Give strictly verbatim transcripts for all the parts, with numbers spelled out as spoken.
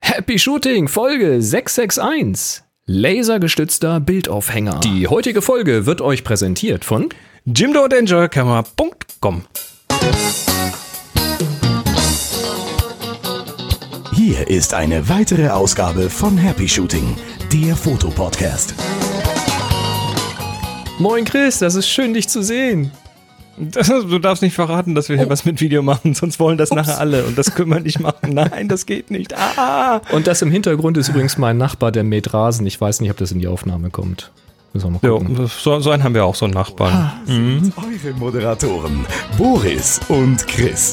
Happy Shooting, Folge sechs sechs eins. Lasergestützter Bildaufhänger. Die heutige Folge wird euch präsentiert von Jimdo und Enjoycamera Punkt com. Hier ist eine weitere Ausgabe von Happy Shooting, der Fotopodcast. Moin Chris, das ist schön, dich zu sehen. Das, du darfst nicht verraten, dass wir hier oh. was mit Video machen, sonst wollen das Ups. nachher alle und das können wir nicht machen. Nein, das geht nicht. Ah. Und das im Hintergrund ist übrigens mein Nachbar, der mäht Rasen. Ich weiß nicht, ob das in die Aufnahme kommt. Müssen wir mal gucken. Jo, so, so einen haben wir auch, so einen Nachbarn. Ah, mhm. Eure Moderatoren Boris und Chris.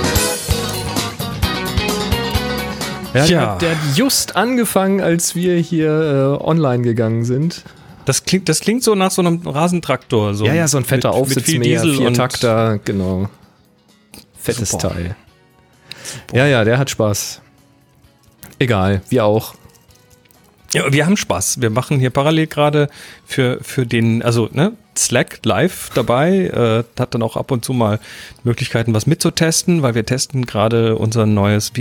Ja, ja. Der hat just angefangen, als wir hier äh, online gegangen sind. Das klingt, das klingt so nach so einem Rasentraktor. So ja, ja, so ein fetter Aufsitzmäher, Viertakter, genau. Fettes Super. Teil. Super. Ja, ja, der hat Spaß. Egal, wir auch. Ja, wir haben Spaß. Wir machen hier parallel gerade für, für den, also ne, Slack live dabei, äh, hat dann auch ab und zu mal Möglichkeiten, was mitzutesten, weil wir testen gerade unser neues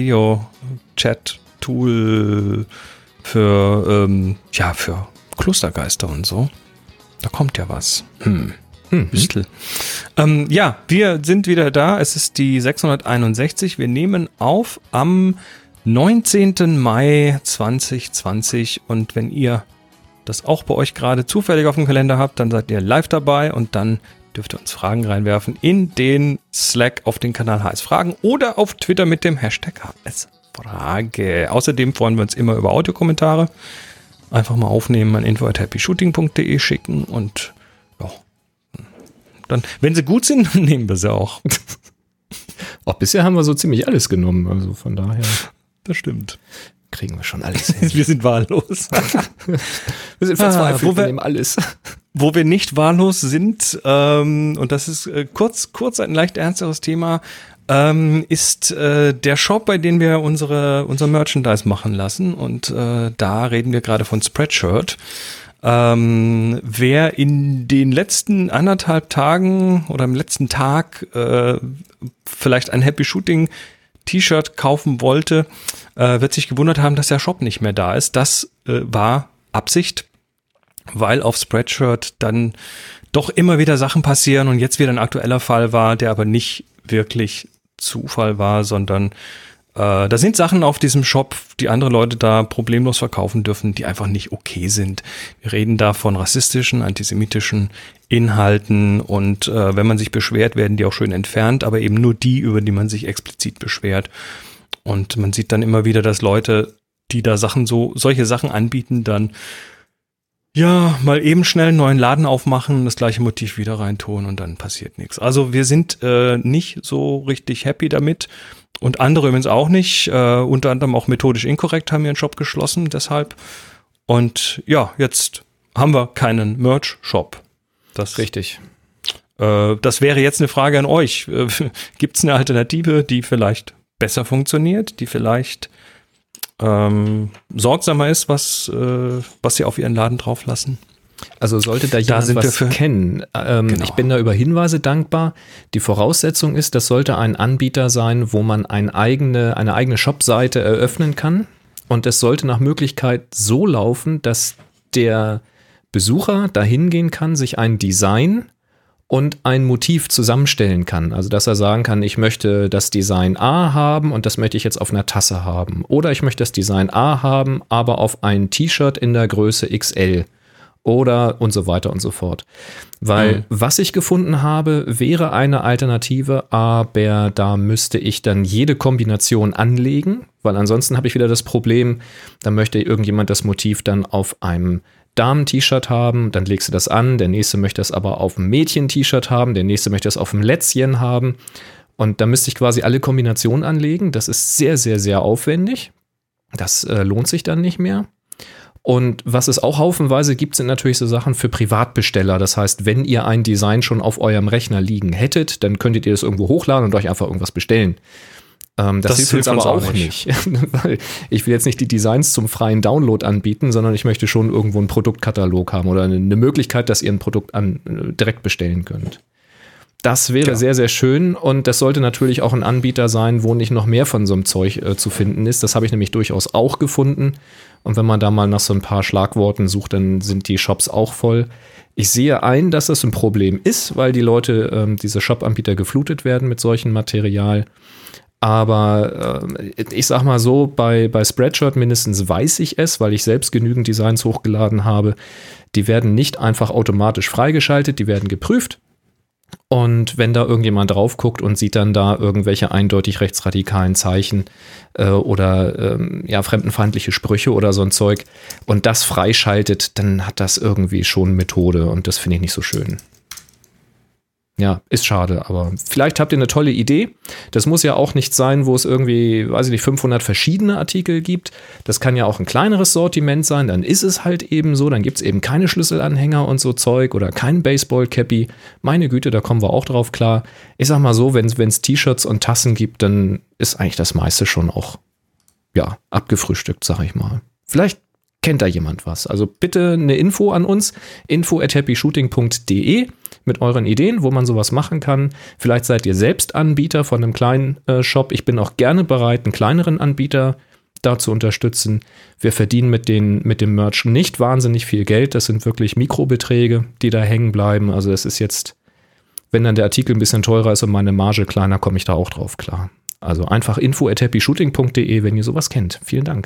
Video-Chat-Tool für, ähm, ja, für Klostergeister und so. Da kommt ja was. Hm. Hm. Ähm, ja, wir sind wieder da. Es ist die sechshunderteinundsechzig. Wir nehmen auf am neunzehnten Mai zwanzig zwanzig. Und wenn ihr das auch bei euch gerade zufällig auf dem Kalender habt, dann seid ihr live dabei und dann dürft ihr uns Fragen reinwerfen in den Slack auf den Kanal H S Fragen oder auf Twitter mit dem Hashtag H S Frage. Außerdem freuen wir uns immer über Audiokommentare. Einfach mal aufnehmen, an info at happy shooting punkt de schicken und ja, dann, wenn sie gut sind, dann nehmen wir sie auch. Auch bisher haben wir so ziemlich alles genommen, also von daher. Das stimmt. Kriegen wir schon alles hin. Wir sind wahllos. Wir sind verzweifelt, ah, wo wir, wir nehmen alles. Wo wir nicht wahllos sind, ähm, und das ist äh, kurz, kurz ein leicht ernsteres Thema, Ähm, ist äh, der Shop, bei dem wir unsere unser Merchandise machen lassen, und äh, da reden wir gerade von Spreadshirt. Ähm, wer in den letzten anderthalb Tagen oder im letzten Tag äh, vielleicht ein Happy Shooting T-Shirt kaufen wollte, äh, wird sich gewundert haben, dass der Shop nicht mehr da ist. Das äh, war Absicht, weil auf Spreadshirt dann doch immer wieder Sachen passieren und jetzt wieder ein aktueller Fall war, der aber nicht wirklich Zufall war, sondern äh, da sind Sachen auf diesem Shop, die andere Leute da problemlos verkaufen dürfen, die einfach nicht okay sind. Wir reden da von rassistischen, antisemitischen Inhalten und äh, wenn man sich beschwert, werden die auch schön entfernt, aber eben nur die, über die man sich explizit beschwert. Und man sieht dann immer wieder, dass Leute, die da Sachen so, solche Sachen anbieten, dann ja, mal eben schnell einen neuen Laden aufmachen, das gleiche Motiv wieder reintun und dann passiert nichts. Also wir sind äh, nicht so richtig happy damit und andere übrigens auch nicht. Äh, unter anderem auch methodisch inkorrekt haben ihren Shop geschlossen, deshalb. Und ja, jetzt haben wir keinen Merch-Shop. Das, richtig. Äh, das wäre jetzt eine Frage an euch. Äh, gibt es eine Alternative, die vielleicht besser funktioniert, die vielleicht Ähm, sorgsamer ist, was, äh, was sie auf ihren Laden drauf lassen? Also sollte da jemand da was kennen. Ähm, genau. Ich bin da über Hinweise dankbar. Die Voraussetzung ist, das sollte ein Anbieter sein, wo man eine eigene, eine eigene Shopseite eröffnen kann. Und es sollte nach Möglichkeit so laufen, dass der Besucher da hingehen kann, sich ein Design und ein Motiv zusammenstellen kann. Also dass er sagen kann, ich möchte das Design A haben und das möchte ich jetzt auf einer Tasse haben. Oder ich möchte das Design A haben, aber auf ein T-Shirt in der Größe X L. Oder und so weiter und so fort. Weil mhm. was ich gefunden habe, wäre eine Alternative, aber da müsste ich dann jede Kombination anlegen, weil ansonsten habe ich wieder das Problem, da möchte irgendjemand das Motiv dann auf einem Damen-T-Shirt haben, dann legst du das an, der nächste möchte das aber auf einem Mädchen-T-Shirt haben, der nächste möchte das auf einem Lätzchen haben und da müsste ich quasi alle Kombinationen anlegen. Das ist sehr, sehr, sehr aufwendig. Das äh, lohnt sich dann nicht mehr. Und was es auch haufenweise gibt, sind natürlich so Sachen für Privatbesteller. Das heißt, wenn ihr ein Design schon auf eurem Rechner liegen hättet, dann könntet ihr das irgendwo hochladen und euch einfach irgendwas bestellen. Ähm, das, das hilft uns aber auch nicht. nicht. Weil ich will jetzt nicht die Designs zum freien Download anbieten, sondern ich möchte schon irgendwo einen Produktkatalog haben oder eine Möglichkeit, dass ihr ein Produkt an, direkt bestellen könnt. Das wäre ja. sehr, sehr schön und das sollte natürlich auch ein Anbieter sein, wo nicht noch mehr von so einem Zeug äh, zu finden ist. Das habe ich nämlich durchaus auch gefunden und wenn man da mal nach so ein paar Schlagworten sucht, dann sind die Shops auch voll. Ich sehe ein, dass das ein Problem ist, weil die Leute, ähm, diese Shop-Anbieter geflutet werden mit solchem Material. Aber äh, ich sag mal so, bei, bei Spreadshirt mindestens weiß ich es, weil ich selbst genügend Designs hochgeladen habe. Die werden nicht einfach automatisch freigeschaltet, die werden geprüft. Und wenn da irgendjemand drauf guckt und sieht dann da irgendwelche eindeutig rechtsradikalen Zeichen äh, oder ähm, ja, fremdenfeindliche Sprüche oder so ein Zeug und das freischaltet, dann hat das irgendwie schon Methode und das finde ich nicht so schön. Ja, ist schade, aber vielleicht habt ihr eine tolle Idee. Das muss ja auch nicht sein, wo es irgendwie, weiß ich nicht, fünfhundert verschiedene Artikel gibt. Das kann ja auch ein kleineres Sortiment sein, dann ist es halt eben so, dann gibt es eben keine Schlüsselanhänger und so Zeug oder kein Baseball-Cappy. Meine Güte, da kommen wir auch drauf klar. Ich sag mal so, wenn es T-Shirts und Tassen gibt, dann ist eigentlich das meiste schon auch, ja, abgefrühstückt, sag ich mal. Vielleicht kennt da jemand was. Also bitte eine Info an uns, info at happy shooting punkt de mit euren Ideen, wo man sowas machen kann. Vielleicht seid ihr selbst Anbieter von einem kleinen äh, Shop. Ich bin auch gerne bereit, einen kleineren Anbieter da zu unterstützen. Wir verdienen mit, den, mit dem Merch nicht wahnsinnig viel Geld. Das sind wirklich Mikrobeträge, die da hängen bleiben. Also das ist jetzt, wenn dann der Artikel ein bisschen teurer ist und meine Marge kleiner, komme ich da auch drauf klar. Also einfach info at happy shooting punkt de, wenn ihr sowas kennt. Vielen Dank.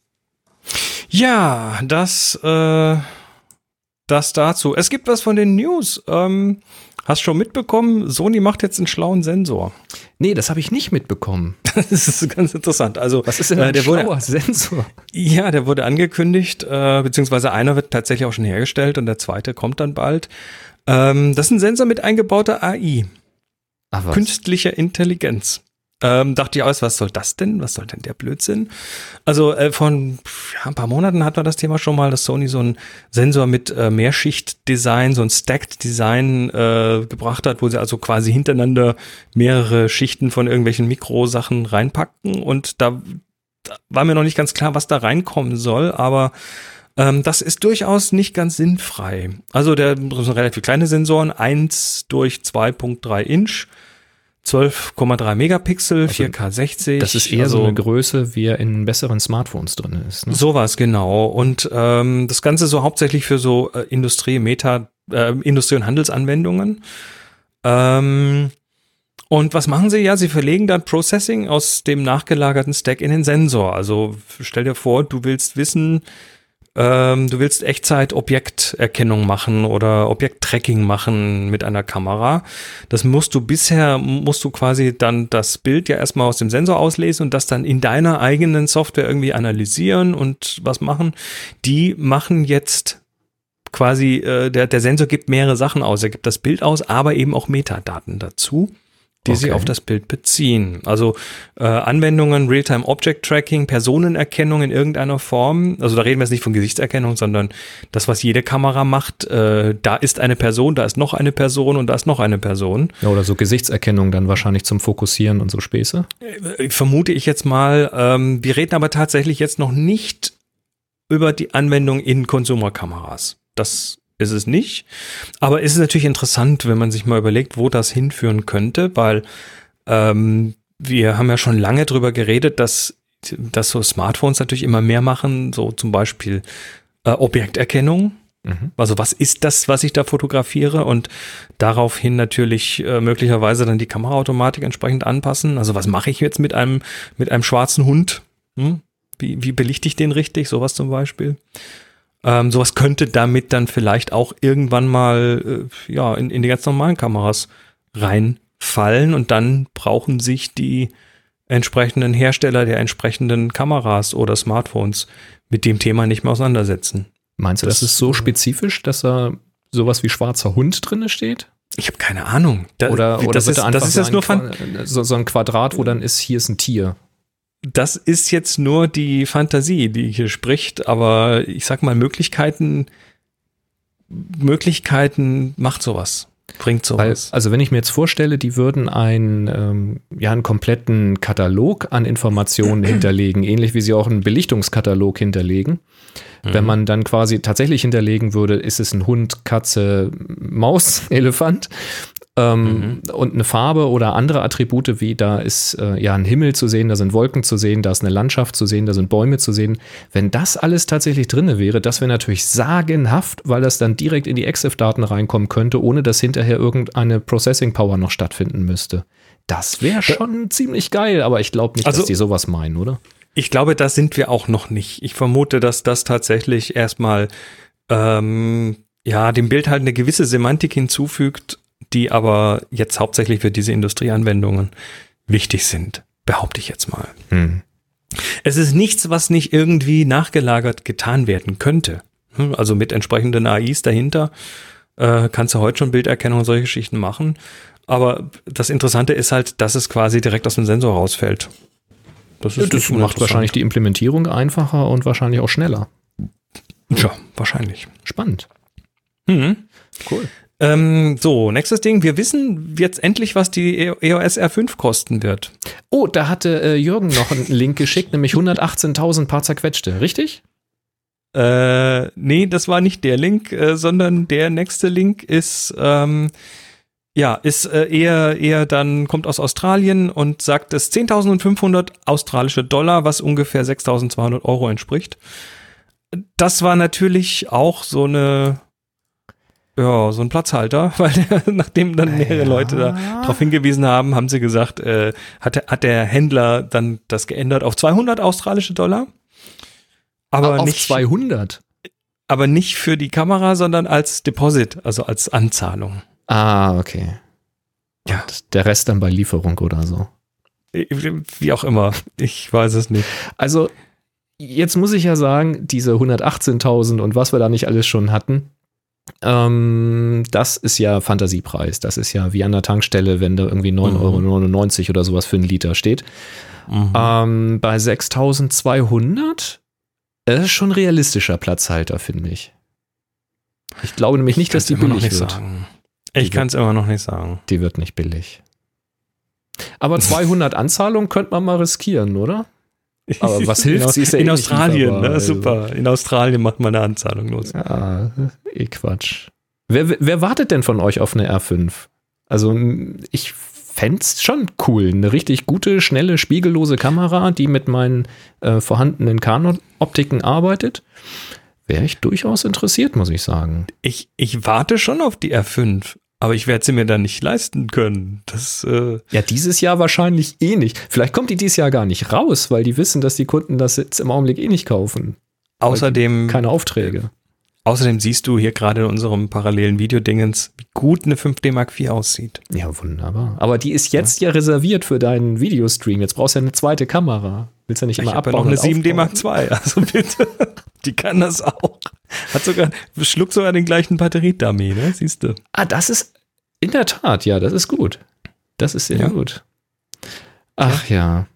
Ja, das, äh, das dazu. Es gibt was von den News. Ähm, hast schon mitbekommen, Sony macht jetzt einen schlauen Sensor. Nee, das habe ich nicht mitbekommen. Das ist ganz interessant. Also, was ist denn ein äh, der schlauer wurde, Sensor? Ja, der wurde angekündigt, äh, beziehungsweise einer wird tatsächlich auch schon hergestellt und der zweite kommt dann bald. Ähm, das ist ein Sensor mit eingebauter A I. Ach, was? Künstlicher Intelligenz. Ähm, dachte ich aus, was soll das denn? Was soll denn der Blödsinn? Also äh, von ja, ein paar Monaten hatten wir das Thema schon mal, dass Sony so einen Sensor mit äh, Mehrschicht-Design, so ein Stacked-Design äh, gebracht hat, wo sie also quasi hintereinander mehrere Schichten von irgendwelchen Mikrosachen reinpackten und da, da war mir noch nicht ganz klar, was da reinkommen soll, aber ähm, das ist durchaus nicht ganz sinnfrei. Also der das sind relativ kleine Sensoren, eins durch zwei Komma drei Inch, zwölf Komma drei Megapixel, also vier K sechzig. Das ist eher also so eine Größe, wie er in besseren Smartphones drin ist. Ne? Sowas, genau. Und ähm, das Ganze so hauptsächlich für so äh, Industrie-, Meta-, äh, Industrie- und Handelsanwendungen. Ähm, und was machen sie? Ja, sie verlegen dann Processing aus dem nachgelagerten Stack in den Sensor. Also stell dir vor, du willst wissen, ähm, du willst Echtzeit-Objekterkennung machen oder Objekttracking machen mit einer Kamera. Das musst du bisher, musst du quasi dann das Bild ja erstmal aus dem Sensor auslesen und das dann in deiner eigenen Software irgendwie analysieren und was machen. Die machen jetzt quasi, äh, der, der Sensor gibt mehrere Sachen aus. Er gibt das Bild aus, aber eben auch Metadaten dazu, die okay. sich auf das Bild beziehen. Also äh, Anwendungen, Real-Time-Object-Tracking, Personenerkennung in irgendeiner Form. Also da reden wir jetzt nicht von Gesichtserkennung, sondern das, was jede Kamera macht. Äh, da ist eine Person, da ist noch eine Person und da ist noch eine Person. Ja, oder so Gesichtserkennung dann wahrscheinlich zum Fokussieren und so Späße. Äh, vermute ich jetzt mal. Ähm, wir reden aber tatsächlich jetzt noch nicht über die Anwendung in Consumer-Kameras. Das ist es nicht. Aber es ist natürlich interessant, wenn man sich mal überlegt, wo das hinführen könnte, weil ähm, wir haben ja schon lange drüber geredet, dass, dass so Smartphones natürlich immer mehr machen, so zum Beispiel äh, Objekterkennung. Mhm. Also was ist das, was ich da fotografiere und daraufhin natürlich äh, möglicherweise dann die Kameraautomatik entsprechend anpassen. Also was mache ich jetzt mit einem, mit einem schwarzen Hund? Hm? Wie, wie belichte ich den richtig? Sowas zum Beispiel. Ähm, sowas könnte damit dann vielleicht auch irgendwann mal äh, ja, in, in die ganz normalen Kameras reinfallen und dann brauchen sich die entsprechenden Hersteller der entsprechenden Kameras oder Smartphones mit dem Thema nicht mehr auseinandersetzen. Meinst du, das, das ist so spezifisch, dass da sowas wie schwarzer Hund drin steht? Ich habe keine Ahnung. Da, oder oder das, ist, da das ist jetzt nur Fan- so, so ein Quadrat, wo dann ist, hier ist ein Tier. Das ist jetzt nur die Fantasie, die hier spricht, aber ich sag mal, Möglichkeiten, Möglichkeiten macht sowas, bringt sowas. Weil, also wenn ich mir jetzt vorstelle, die würden ein, ähm, ja, einen kompletten Katalog an Informationen hinterlegen, ähnlich wie sie auch einen Belichtungskatalog hinterlegen. Mhm. Wenn man dann quasi tatsächlich hinterlegen würde, ist es ein Hund, Katze, Maus, Elefant, Ähm, mhm. Und eine Farbe oder andere Attribute, wie da ist äh, ja ein Himmel zu sehen, da sind Wolken zu sehen, da ist eine Landschaft zu sehen, da sind Bäume zu sehen. Wenn das alles tatsächlich drin wäre, das wäre natürlich sagenhaft, weil das dann direkt in die EXIF-Daten reinkommen könnte, ohne dass hinterher irgendeine Processing-Power noch stattfinden müsste. Das wäre schon ziemlich geil, aber ich glaube nicht, also, dass die sowas meinen, oder? Ich glaube, da sind wir auch noch nicht. Ich vermute, dass das tatsächlich erstmal ähm, ja, dem Bild halt eine gewisse Semantik hinzufügt, die aber jetzt hauptsächlich für diese Industrieanwendungen wichtig sind, behaupte ich jetzt mal. Hm. Es ist nichts, was nicht irgendwie nachgelagert getan werden könnte. Also mit entsprechenden A Is dahinter äh, kannst du heute schon Bilderkennung und solche Geschichten machen. Aber das Interessante ist halt, dass es quasi direkt aus dem Sensor rausfällt. Das, ist das macht wahrscheinlich die Implementierung einfacher und wahrscheinlich auch schneller. Ja, wahrscheinlich. Spannend. Mhm. Cool. Ähm, so, nächstes Ding. Wir wissen jetzt endlich, was die E O S R fünf kosten wird. Oh, da hatte äh, Jürgen noch einen Link geschickt, nämlich hundertachtzehntausend paar zerquetschte, richtig? Äh, nee, das war nicht der Link, äh, sondern der nächste Link ist, ähm, ja, ist äh, eher, eher dann, kommt aus Australien und sagt, es zehntausendfünfhundert australische Dollar, was ungefähr sechstausendzweihundert Euro entspricht. Das war natürlich auch so eine Ja, so ein Platzhalter, weil der, nachdem dann mehrere ja. Leute da darauf hingewiesen haben, haben sie gesagt, äh, hat, hat der Händler dann das geändert auf zweihundert australische Dollar. Aber auf nicht zweihundert? Aber nicht für die Kamera, sondern als Deposit, also als Anzahlung. Ah, okay. Ja. Und der Rest dann bei Lieferung oder so. Wie auch immer, ich weiß es nicht. Also, jetzt muss ich ja sagen, diese hundertachtzehntausend und was wir da nicht alles schon hatten, Ähm, das ist ja Fantasiepreis. Das ist ja wie an der Tankstelle, wenn da irgendwie neun Euro neunundneunzig oder sowas für einen Liter steht. Mhm. Ähm, bei sechstausendzweihundert das ist schon realistischer Platzhalter, finde ich. Ich glaube nämlich nicht, dass die billig wird. Sagen. Ich kann es immer noch nicht sagen. Die wird nicht billig. Aber zweihundert Anzahlungen könnte man mal riskieren, oder? Aber was hilft? Sie ist ja in Australien, ne? Also. Super. In Australien macht man eine Anzahlung los. Ja, eh Quatsch. Wer, wer wartet denn von euch auf eine R fünf? Also ich fände es schon cool. Eine richtig gute, schnelle, spiegellose Kamera, die mit meinen äh, vorhandenen Canon-Optiken arbeitet. Wäre ich durchaus interessiert, muss ich sagen. Ich, ich warte schon auf die R fünf. Aber ich werde sie mir dann nicht leisten können. Das, äh ja, dieses Jahr wahrscheinlich eh nicht. Vielleicht kommt die dieses Jahr gar nicht raus, weil die wissen, dass die Kunden das jetzt im Augenblick eh nicht kaufen. Außerdem keine Aufträge. Außerdem siehst du hier gerade in unserem parallelen Videodingens, wie gut eine fünf D Mark vier aussieht. Ja, wunderbar. Aber die ist jetzt ja, ja reserviert für deinen Videostream. Jetzt brauchst du ja eine zweite Kamera. Willst du ja nicht immer ich abbauen? Ich habe ja noch eine sieben D Mark zwei. Also bitte. Die kann das auch. Hat sogar, schluckt sogar den gleichen Batteriedummy, ne? Siehst du. Ah, das ist in der Tat, ja, das ist gut. Das ist sehr ja. gut. Ach ja. ja.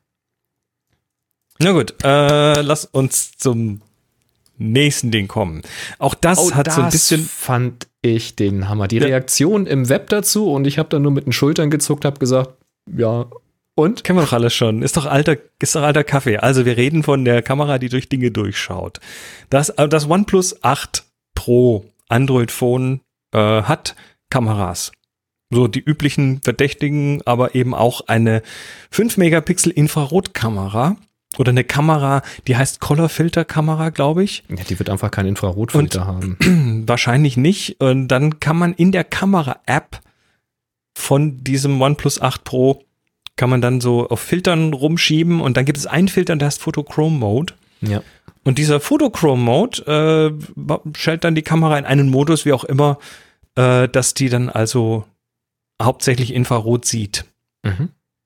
Na gut, äh, lass uns zum nächsten Ding kommen. Auch das oh, hat das so ein bisschen. Fand ich den Hammer. Die ja. Reaktion im Web dazu und ich habe dann nur mit den Schultern gezuckt, habe gesagt, ja. Und? Kennen wir doch alles schon. Ist doch alter, ist doch alter Kaffee. Also wir reden von der Kamera, die durch Dinge durchschaut. Das, das OnePlus acht Pro Android-Phone äh, hat Kameras. So die üblichen Verdächtigen, aber eben auch eine fünf Megapixel Infrarotkamera oder eine Kamera, die heißt Color-Filter-Kamera, glaube ich. Ja, die wird einfach keinen Infrarotfilter haben. Wahrscheinlich nicht. Und dann kann man in der Kamera-App von diesem OnePlus acht Pro kann man dann so auf Filtern rumschieben und dann gibt es einen Filter, der heißt Photochrome Mode. Ja. Und dieser Photochrome Mode äh, stellt dann die Kamera in einen Modus, wie auch immer, äh, dass die dann also hauptsächlich Infrarot sieht. Mhm.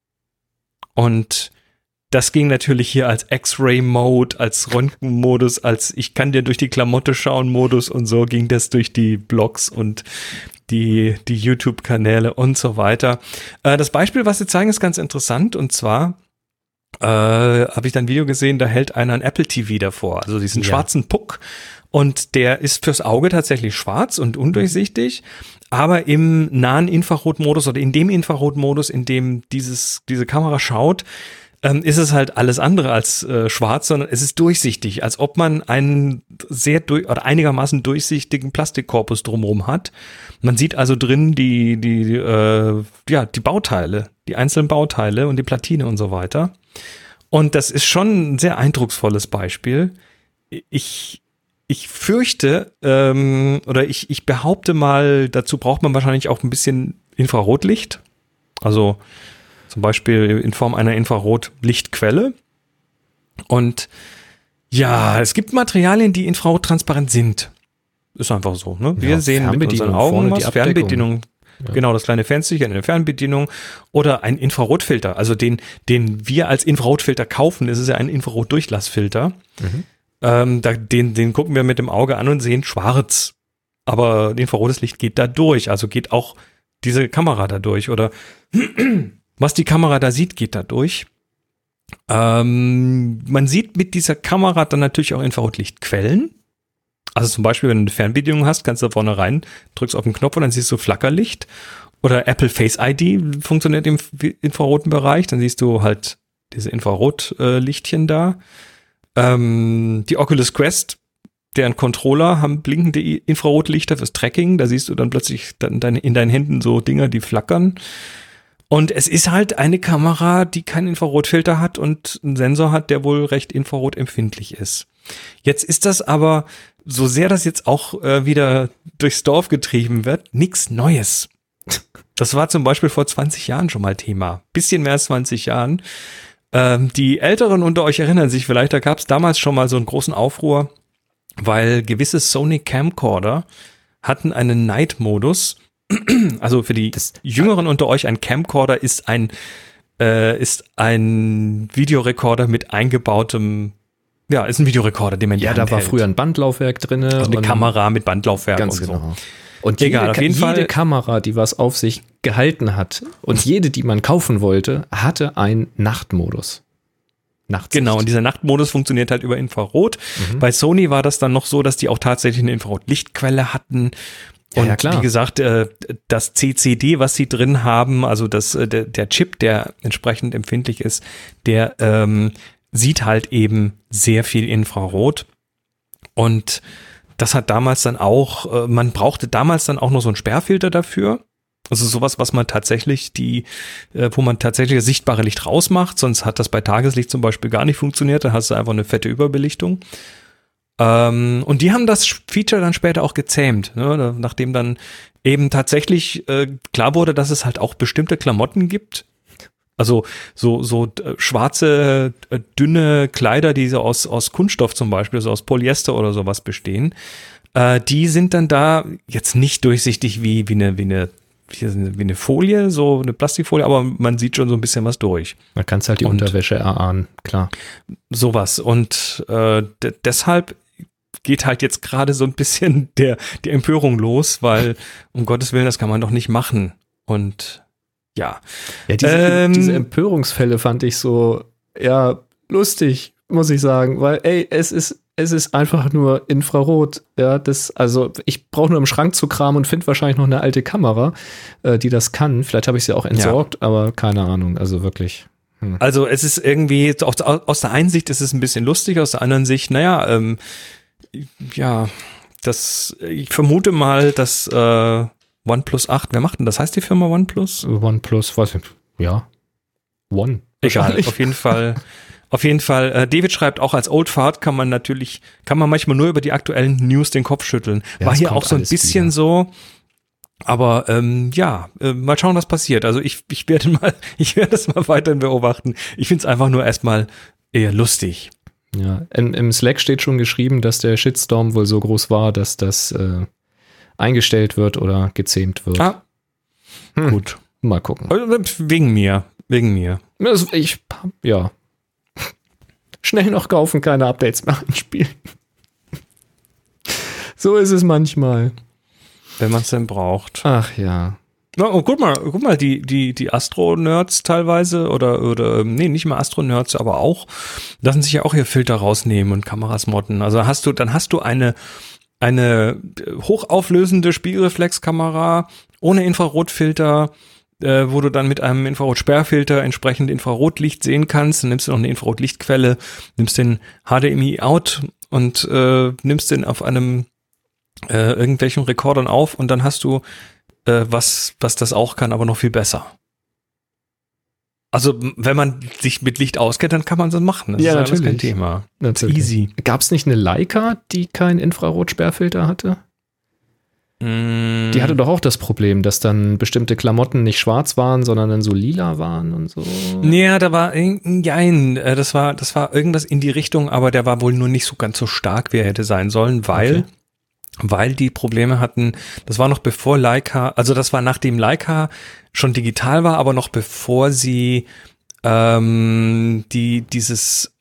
Und das ging natürlich hier als X-Ray-Mode, als Röntgen-Modus, als ich kann dir durch die Klamotte schauen Modus und so ging das durch die Blogs und die, die YouTube-Kanäle und so weiter. Äh, das Beispiel, was sie zeigen, ist ganz interessant und zwar äh, habe ich dann ein Video gesehen, da hält einer ein Apple T V davor, also diesen ja. schwarzen Puck und der ist fürs Auge tatsächlich schwarz und undurchsichtig, aber im nahen Infrarotmodus oder in dem Infrarotmodus, in dem dieses, diese Kamera schaut, ähm, ist es halt alles andere als äh, schwarz, sondern es ist durchsichtig, als ob man einen sehr durch, oder einigermaßen durchsichtigen Plastikkorpus drumherum hat. Man sieht also drin die, die, äh, ja, die Bauteile, die einzelnen Bauteile und die Platine und so weiter. Und das ist schon ein sehr eindrucksvolles Beispiel. Ich, ich fürchte, ähm, oder ich, ich behaupte mal, dazu braucht man wahrscheinlich auch ein bisschen Infrarotlicht. Also zum Beispiel in Form einer Infrarotlichtquelle. Und ja, es gibt Materialien, die infrarottransparent sind. Ist einfach so. Ne? Wir ja, sehen mit unseren Augen was, Fernbedienung. Ja. Genau, das kleine Fensterchen in der Fernbedienung oder ein Infrarotfilter. Also den, den wir als Infrarotfilter kaufen, das ist ja ein Infrarotdurchlassfilter. Mhm. Ähm, da, den, den gucken wir mit dem Auge an und sehen schwarz. Aber infrarotes Licht geht da durch. Also geht auch diese Kamera da durch. Oder was die Kamera da sieht, geht da durch. Ähm, man sieht mit dieser Kamera dann natürlich auch Infrarotlichtquellen. Also zum Beispiel, wenn du eine Fernbedienung hast, kannst du da vorne rein, drückst auf den Knopf und dann siehst du Flackerlicht. Oder Apple Face I D funktioniert im infraroten Bereich. Dann siehst du halt diese Infrarotlichtchen da. Ähm, die Oculus Quest, deren Controller haben blinkende Infrarotlichter fürs Tracking. Da siehst du dann plötzlich dann deine, in deinen Händen so Dinger, die flackern. Und es ist halt eine Kamera, die keinen Infrarotfilter hat und einen Sensor hat, der wohl recht infrarotempfindlich ist. Jetzt ist das aber, so sehr das jetzt auch äh, wieder durchs Dorf getrieben wird, nichts Neues. Das war zum Beispiel vor zwanzig Jahren schon mal Thema. Bisschen mehr als zwanzig Jahren. Ähm, die Älteren unter euch erinnern sich vielleicht, da gab es damals schon mal so einen großen Aufruhr, weil gewisse Sony Camcorder hatten einen Night-Modus. Also für die das, Jüngeren unter euch, ein Camcorder ist ein, äh, ist ein Videorekorder mit eingebautem, ja, ist ein Videorekorder, den man ja, da war hält. Früher ein Bandlaufwerk drin. Also eine Kamera mit Bandlaufwerk ganz und genau. so. Und jede, Egal, auf jeden jede Fall. Kamera, die was auf sich gehalten hat und jede, die man kaufen wollte, hatte einen Nachtmodus. Nachtsicht. Genau, und dieser Nachtmodus funktioniert halt über Infrarot. Mhm. Bei Sony war das dann noch so, dass die auch tatsächlich eine Infrarotlichtquelle hatten. Und ja, klar. Wie gesagt, das C C D, was sie drin haben, also das, der, der Chip, der entsprechend empfindlich ist, der ähm, sieht halt eben sehr viel Infrarot. Und das hat damals dann auch, man brauchte damals dann auch noch so einen Sperrfilter dafür. Also sowas, was man tatsächlich die, wo man tatsächlich das sichtbare Licht rausmacht, sonst hat das bei Tageslicht zum Beispiel gar nicht funktioniert, da hast du einfach eine fette Überbelichtung. Ähm, und die haben das Feature dann später auch gezähmt, ne? Nachdem dann eben tatsächlich äh, klar wurde, dass es halt auch bestimmte Klamotten gibt. Also so so äh, schwarze, äh, dünne Kleider, die so aus aus Kunststoff zum Beispiel, so aus Polyester oder sowas bestehen, äh, die sind dann da jetzt nicht durchsichtig wie wie eine wie eine wie eine Folie, so eine Plastikfolie, aber man sieht schon so ein bisschen was durch. Man kann es halt die und Unterwäsche erahnen, klar. Sowas. Und äh, d- deshalb geht halt jetzt gerade so ein bisschen der die Empörung los, weil um Gottes Willen, das kann man doch nicht machen. Und ja. Ja, diese, ähm, diese Empörungsfälle fand ich so, ja, lustig, muss ich sagen, weil, ey, es ist, es ist einfach nur Infrarot, ja, das, also, ich brauche nur im Schrank zu kramen und finde wahrscheinlich noch eine alte Kamera, äh, die das kann. Vielleicht habe ich sie auch entsorgt, ja. Aber keine Ahnung, also wirklich. Hm. Also, es ist irgendwie, aus, aus der einen Sicht ist es ein bisschen lustig, aus der anderen Sicht, naja, ähm, ja, das, ich vermute mal, dass, äh, OnePlus acht, wer macht denn das? Heißt die Firma OnePlus? OnePlus, was? Ja. One. Egal, auf jeden Fall. Auf jeden Fall. Äh, David schreibt auch, als Old Fart kann man natürlich, kann man manchmal nur über die aktuellen News den Kopf schütteln. Ja, war hier auch so ein bisschen wieder. So. Aber ähm, ja, äh, mal schauen, was passiert. Also ich, ich werde mal, ich werde es mal weiterhin beobachten. Ich finde es einfach nur erstmal eher lustig. Ja, in, im Slack steht schon geschrieben, dass der Shitstorm wohl so groß war, dass das äh, eingestellt wird oder gezähmt wird. Ah, hm. Gut. Mal gucken. Wegen mir. Wegen mir. Also ich, ja. Schnell noch kaufen, keine Updates mehr anspielen. So ist es manchmal. Wenn man es denn braucht. Ach ja. Na, oh, guck mal, guck mal, die, die, die Astro-Nerds teilweise oder, oder, nee, nicht mal Astro-Nerds, aber auch, lassen sich ja auch hier Filter rausnehmen und Kameras modden. Also hast du, dann hast du eine, eine hochauflösende Spiegelreflexkamera ohne Infrarotfilter, äh, wo du dann mit einem Infrarotsperrfilter entsprechend Infrarotlicht sehen kannst. Dann nimmst du noch eine Infrarotlichtquelle, nimmst den H D M I out und äh, nimmst den auf einem äh, irgendwelchen Rekordern auf und dann hast du äh, was, was das auch kann, aber noch viel besser. Also wenn man sich mit Licht auskennt, dann kann man das machen. Das ja, ist natürlich. Kein Thema. Natürlich. Easy. Gab es nicht eine Leica, die keinen Infrarotsperrfilter hatte? Mm. Die hatte doch auch das Problem, dass dann bestimmte Klamotten nicht schwarz waren, sondern dann so lila waren und so. Ja, da war nein, das war das war irgendwas in die Richtung, aber der war wohl nur nicht so ganz so stark, wie er hätte sein sollen, weil okay. weil die Probleme hatten. Das war noch bevor Leica, also das war nachdem Leica schon digital war, aber noch bevor sie ähm, die dieses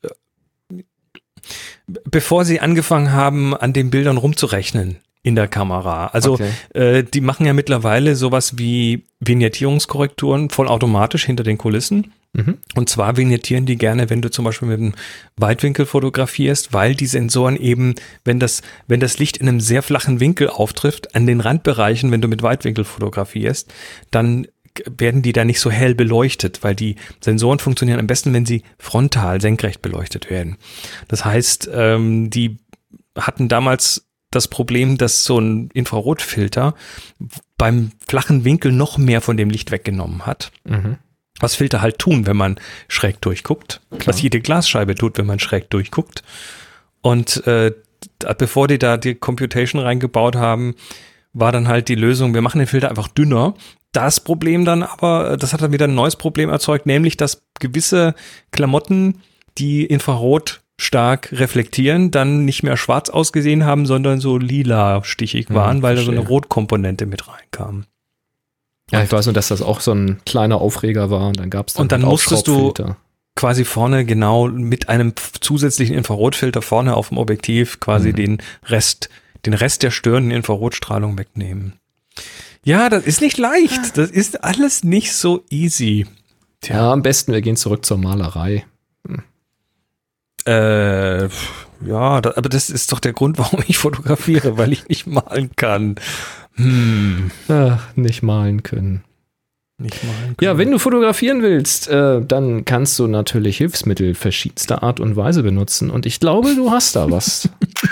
bevor sie angefangen haben, an den Bildern rumzurechnen in der Kamera. Also okay. äh, die machen ja mittlerweile sowas wie Vignettierungskorrekturen vollautomatisch hinter den Kulissen. Mhm. Und zwar vignettieren die gerne, wenn du zum Beispiel mit einem Weitwinkel fotografierst, weil die Sensoren eben, wenn das, wenn das Licht in einem sehr flachen Winkel auftrifft, an den Randbereichen, wenn du mit Weitwinkel fotografierst, dann werden die da nicht so hell beleuchtet, weil die Sensoren funktionieren am besten, wenn sie frontal senkrecht beleuchtet werden. Das heißt, ähm, die hatten damals das Problem, dass so ein Infrarotfilter beim flachen Winkel noch mehr von dem Licht weggenommen hat. Mhm. Was Filter halt tun, wenn man schräg durchguckt. Klar. Was jede Glasscheibe tut, wenn man schräg durchguckt. Und äh, bevor die da die Computation reingebaut haben, war dann halt die Lösung, wir machen den Filter einfach dünner. Das Problem dann aber, das hat dann wieder ein neues Problem erzeugt, nämlich, dass gewisse Klamotten, die Infrarot stark reflektieren, dann nicht mehr schwarz ausgesehen haben, sondern so lila stichig waren, hm, weil da so eine Rotkomponente mit reinkam. Ja, ich weiß nur, dass das auch so ein kleiner Aufreger war und dann gab es dann Und dann musstest du quasi vorne genau mit einem zusätzlichen Infrarotfilter vorne auf dem Objektiv quasi mhm. den Rest, den Rest der störenden Infrarotstrahlung wegnehmen. Ja, das ist nicht leicht. Das ist alles nicht so easy. Tja. Ja, am besten wir gehen zurück zur Malerei. Hm. Äh, ja, da, aber das ist doch der Grund, warum ich fotografiere, weil ich nicht malen kann. Hm. Ach, nicht malen können. Nicht malen können. Ja, wenn du fotografieren willst, äh, dann kannst du natürlich Hilfsmittel verschiedenster Art und Weise benutzen. Und ich glaube, du hast da was.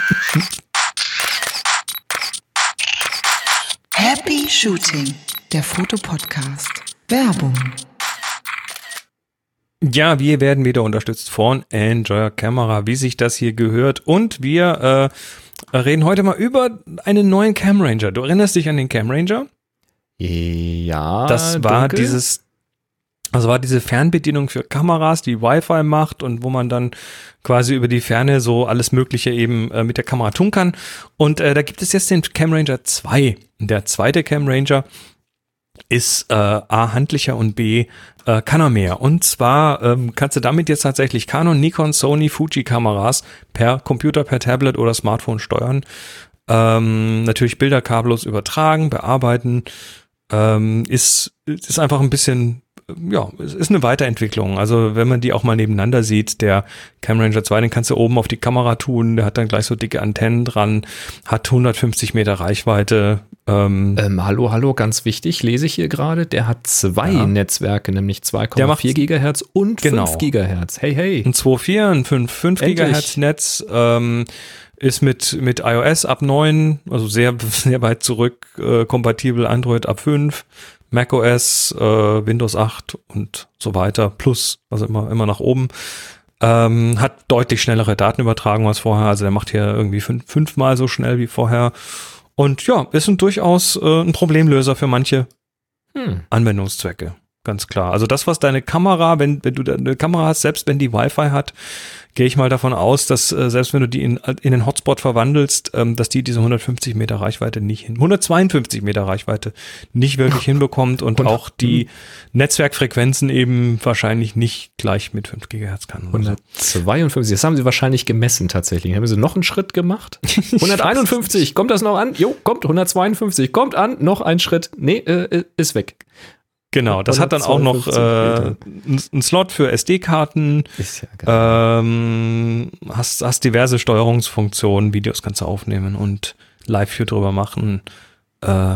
Happy Shooting, der Fotopodcast. Werbung. Ja, wir werden wieder unterstützt von Enjoy Camera, wie sich das hier gehört. Und wir äh, reden heute mal über einen neuen Cam Ranger. Du erinnerst dich an den Cam Ranger? Ja. Das war dunkel. dieses, das war diese Fernbedienung für Kameras, die Wi-Fi macht und wo man dann quasi über die Ferne so alles Mögliche eben äh, mit der Kamera tun kann. Und äh, da gibt es jetzt den Cam Ranger zwei. Der zweite Cam Ranger ist äh, A, handlicher und B, äh, kann er mehr. Und zwar ähm, kannst du damit jetzt tatsächlich Canon, Nikon, Sony, Fuji Kameras per Computer, per Tablet oder Smartphone steuern. Ähm, natürlich Bilder kabellos übertragen, bearbeiten. Ähm, ist, ist einfach ein bisschen, ja, es ist eine Weiterentwicklung. Also wenn man die auch mal nebeneinander sieht, der Cam Ranger zwei, den kannst du oben auf die Kamera tun, der hat dann gleich so dicke Antennen dran, hat hundertfünfzig Meter Reichweite. Ähm, ähm, hallo, hallo, ganz wichtig, lese ich hier gerade, der hat zwei ja. Netzwerke, nämlich zwei Komma vier Gigahertz und genau. fünf Gigahertz. Hey, hey. Ein zwei Komma vier, ein fünf Gigahertz Netz, ähm, ist mit, mit iOS ab neun, also sehr, sehr weit zurück, äh, kompatibel, Android ab fünf, macOS, äh, Windows acht und so weiter, plus, also immer, immer nach oben. Ähm, hat deutlich schnellere Datenübertragung als vorher, also der macht hier irgendwie fünf, fünfmal so schnell wie vorher. Und ja, ist ein durchaus äh, ein Problemlöser für manche hm. Anwendungszwecke, ganz klar. Also das, was deine Kamera, wenn, wenn du eine Kamera hast, selbst wenn die Wi-Fi hat, gehe ich mal davon aus, dass äh, selbst wenn du die in, in den Hotspot verwandelst, ähm, dass die diese hundertfünfzig Meter Reichweite nicht hin, hundertzweiundfünfzig Meter Reichweite nicht wirklich hinbekommt und, und auch die Netzwerkfrequenzen eben wahrscheinlich nicht gleich mit fünf Gigahertz kann. hundertzweiundfünfzig, das haben sie wahrscheinlich gemessen tatsächlich. Haben sie noch einen Schritt gemacht? hunderteinundfünfzig, kommt das noch an? Jo, kommt, hundertzweiundfünfzig, kommt an, noch ein Schritt. Nee, äh, ist weg. Genau, das hat dann auch noch äh, einen Slot für S D-Karten, ist ja geil. ähm, hast, hast diverse Steuerungsfunktionen, Videos kannst du aufnehmen und Live-View drüber machen. Äh,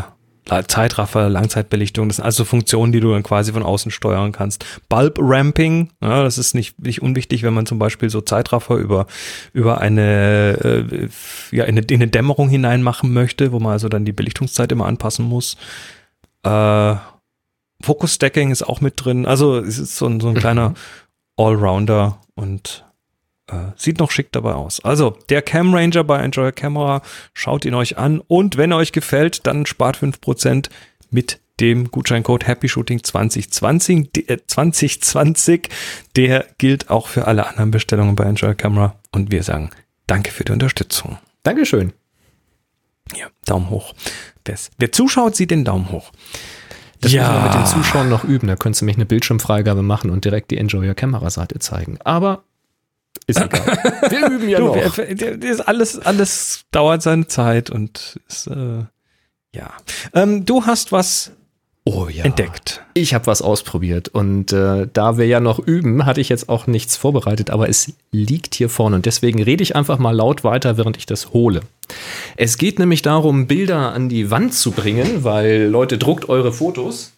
Zeitraffer, Langzeitbelichtung, das sind also Funktionen, die du dann quasi von außen steuern kannst. Bulb Ramping, ja, das ist nicht, nicht unwichtig, wenn man zum Beispiel so Zeitraffer über, über eine, äh, ja, in eine, in eine Dämmerung hinein machen möchte, wo man also dann die Belichtungszeit immer anpassen muss. Äh, Focus Stacking ist auch mit drin, also es ist so ein, so ein kleiner Allrounder und Äh, sieht noch schick dabei aus. Also, der Cam Ranger bei Enjoy Camera, schaut ihn euch an und wenn er euch gefällt, dann spart fünf Prozent mit dem Gutscheincode Happy Shooting zwanzig zwanzig. Der, zwanzig zwanzig, der gilt auch für alle anderen Bestellungen bei Enjoy Camera und wir sagen danke für die Unterstützung. Dankeschön. Ja, Daumen hoch. Das, wer zuschaut, sieht den Daumen hoch. Das ja. müssen wir mit den Zuschauern noch üben. Da könntest du mich eine Bildschirmfreigabe machen und direkt die Enjoy Camera Seite zeigen. Aber ist egal. Wir üben ja du, noch. Wir, wir, alles, alles dauert seine Zeit und ist, äh, ja. Ähm, du hast was oh, ja. entdeckt. Ich habe was ausprobiert und äh, da wir ja noch üben, hatte ich jetzt auch nichts vorbereitet, aber es liegt hier vorne und deswegen rede ich einfach mal laut weiter, während ich das hole. Es geht nämlich darum, Bilder an die Wand zu bringen, weil Leute, druckt eure Fotos.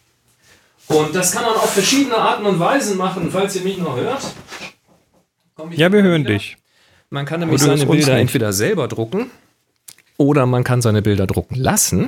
Und das kann man auf verschiedene Arten und Weisen machen, falls ihr mich noch hört. Ja, wir hören wieder. dich. Man kann nämlich seine Bilder entweder selber drucken oder man kann seine Bilder drucken lassen.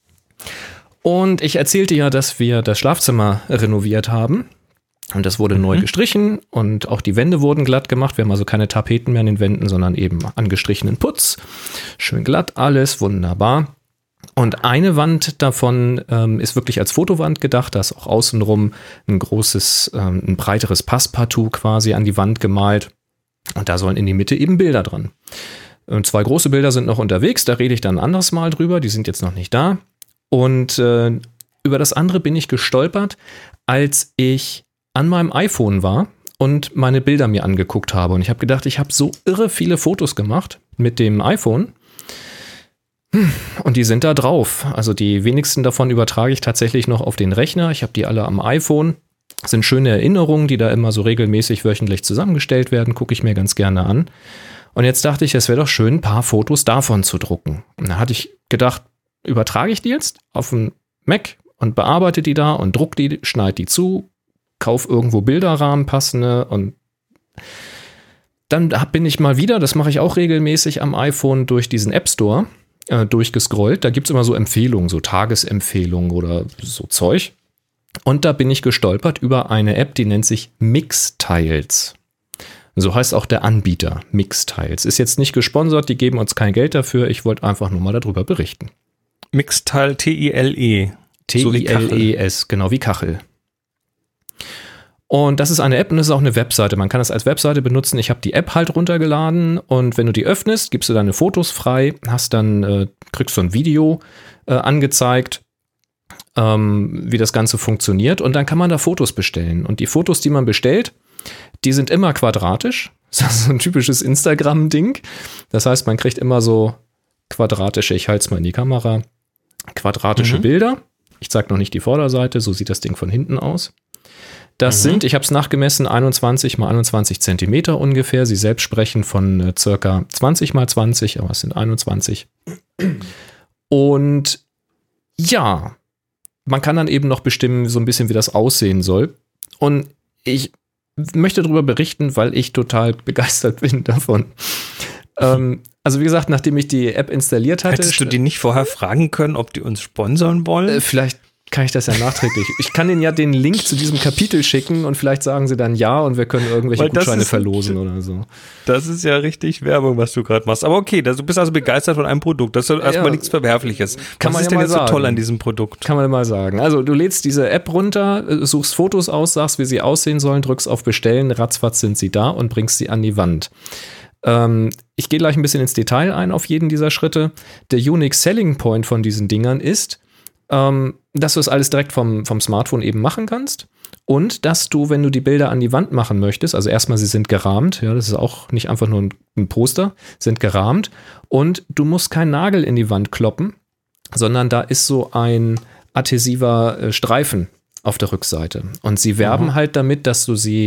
Und ich erzählte ja, dass wir das Schlafzimmer renoviert haben. Und das wurde mhm. neu gestrichen und auch die Wände wurden glatt gemacht. Wir haben also keine Tapeten mehr an den Wänden, sondern eben angestrichenen Putz. Schön glatt alles, wunderbar. Und eine Wand davon ähm, ist wirklich als Fotowand gedacht. Da ist auch außenrum ein großes, ähm, ein breiteres Passepartout quasi an die Wand gemalt. Und da sollen in die Mitte eben Bilder dran. Und zwei große Bilder sind noch unterwegs. Da rede ich dann ein anderes Mal drüber. Die sind jetzt noch nicht da. Und äh, über das andere bin ich gestolpert, als ich an meinem iPhone war und meine Bilder mir angeguckt habe. Und ich habe gedacht, ich habe so irre viele Fotos gemacht mit dem iPhone. Und die sind da drauf. Also die wenigsten davon übertrage ich tatsächlich noch auf den Rechner. Ich habe die alle am iPhone. Das sind schöne Erinnerungen, die da immer so regelmäßig wöchentlich zusammengestellt werden. Gucke ich mir ganz gerne an. Und jetzt dachte ich, es wäre doch schön, ein paar Fotos davon zu drucken. Und da hatte ich gedacht, übertrage ich die jetzt auf den Mac und bearbeite die da und druck die, schneide die zu, kauf irgendwo Bilderrahmen passende und dann bin ich mal wieder, das mache ich auch regelmäßig am iPhone, durch diesen App Store äh, durchgescrollt. Da gibt es immer so Empfehlungen, so Tagesempfehlungen oder so Zeug. Und da bin ich gestolpert über eine App, die nennt sich Mixtiles. So heißt auch der Anbieter, Mixtiles. Ist jetzt nicht gesponsert, die geben uns kein Geld dafür. Ich wollte einfach nur mal darüber berichten. Mixtile, T I L E. T I L E S, so genau wie Kachel. Und das ist eine App und das ist auch eine Webseite. Man kann das als Webseite benutzen. Ich habe die App halt runtergeladen und wenn du die öffnest, gibst du deine Fotos frei, hast dann, äh, kriegst du ein Video äh, angezeigt, ähm, wie das Ganze funktioniert und dann kann man da Fotos bestellen. Und die Fotos, die man bestellt, die sind immer quadratisch. Das ist so ein typisches Instagram-Ding. Das heißt, man kriegt immer so quadratische, ich halte es mal in die Kamera, quadratische mhm. Bilder. Ich zeige noch nicht die Vorderseite, so sieht das Ding von hinten aus. Das mhm. sind, ich habe es nachgemessen, einundzwanzig mal einundzwanzig Zentimeter ungefähr. Sie selbst sprechen von äh, circa zwanzig mal zwanzig, aber es sind einundzwanzig. Und ja, man kann dann eben noch bestimmen, so ein bisschen, wie das aussehen soll. Und ich möchte darüber berichten, weil ich total begeistert bin davon. ähm, also wie gesagt, nachdem ich die App installiert hatte. Hättest du die nicht vorher fragen können, ob die uns sponsern wollen? Äh, vielleicht kann ich das ja nachträglich. Ich kann Ihnen ja den Link zu diesem Kapitel schicken und vielleicht sagen Sie dann ja und wir können irgendwelche Gutscheine ist, verlosen oder so. Das ist ja richtig Werbung, was du gerade machst. Aber okay, du bist also begeistert von einem Produkt. Das ist erstmal ja, nichts Verwerfliches. Kann was man ist ja denn mal jetzt sagen. so toll an diesem Produkt? Kann man mal sagen. Also du lädst diese App runter, suchst Fotos aus, sagst, wie sie aussehen sollen, drückst auf Bestellen, ratzfatz sind sie da und bringst sie an die Wand. Ähm, ich gehe gleich ein bisschen ins Detail ein auf jeden dieser Schritte. Der Unique Selling Point von diesen Dingern ist, ähm, dass du es alles direkt vom, vom Smartphone eben machen kannst und dass du, wenn du die Bilder an die Wand machen möchtest, also erstmal, sie sind gerahmt, ja, das ist auch nicht einfach nur ein, ein Poster, sind gerahmt und du musst keinen Nagel in die Wand kloppen, sondern da ist so ein adhesiver äh, Streifen auf der Rückseite und sie werben mhm. halt damit, dass du sie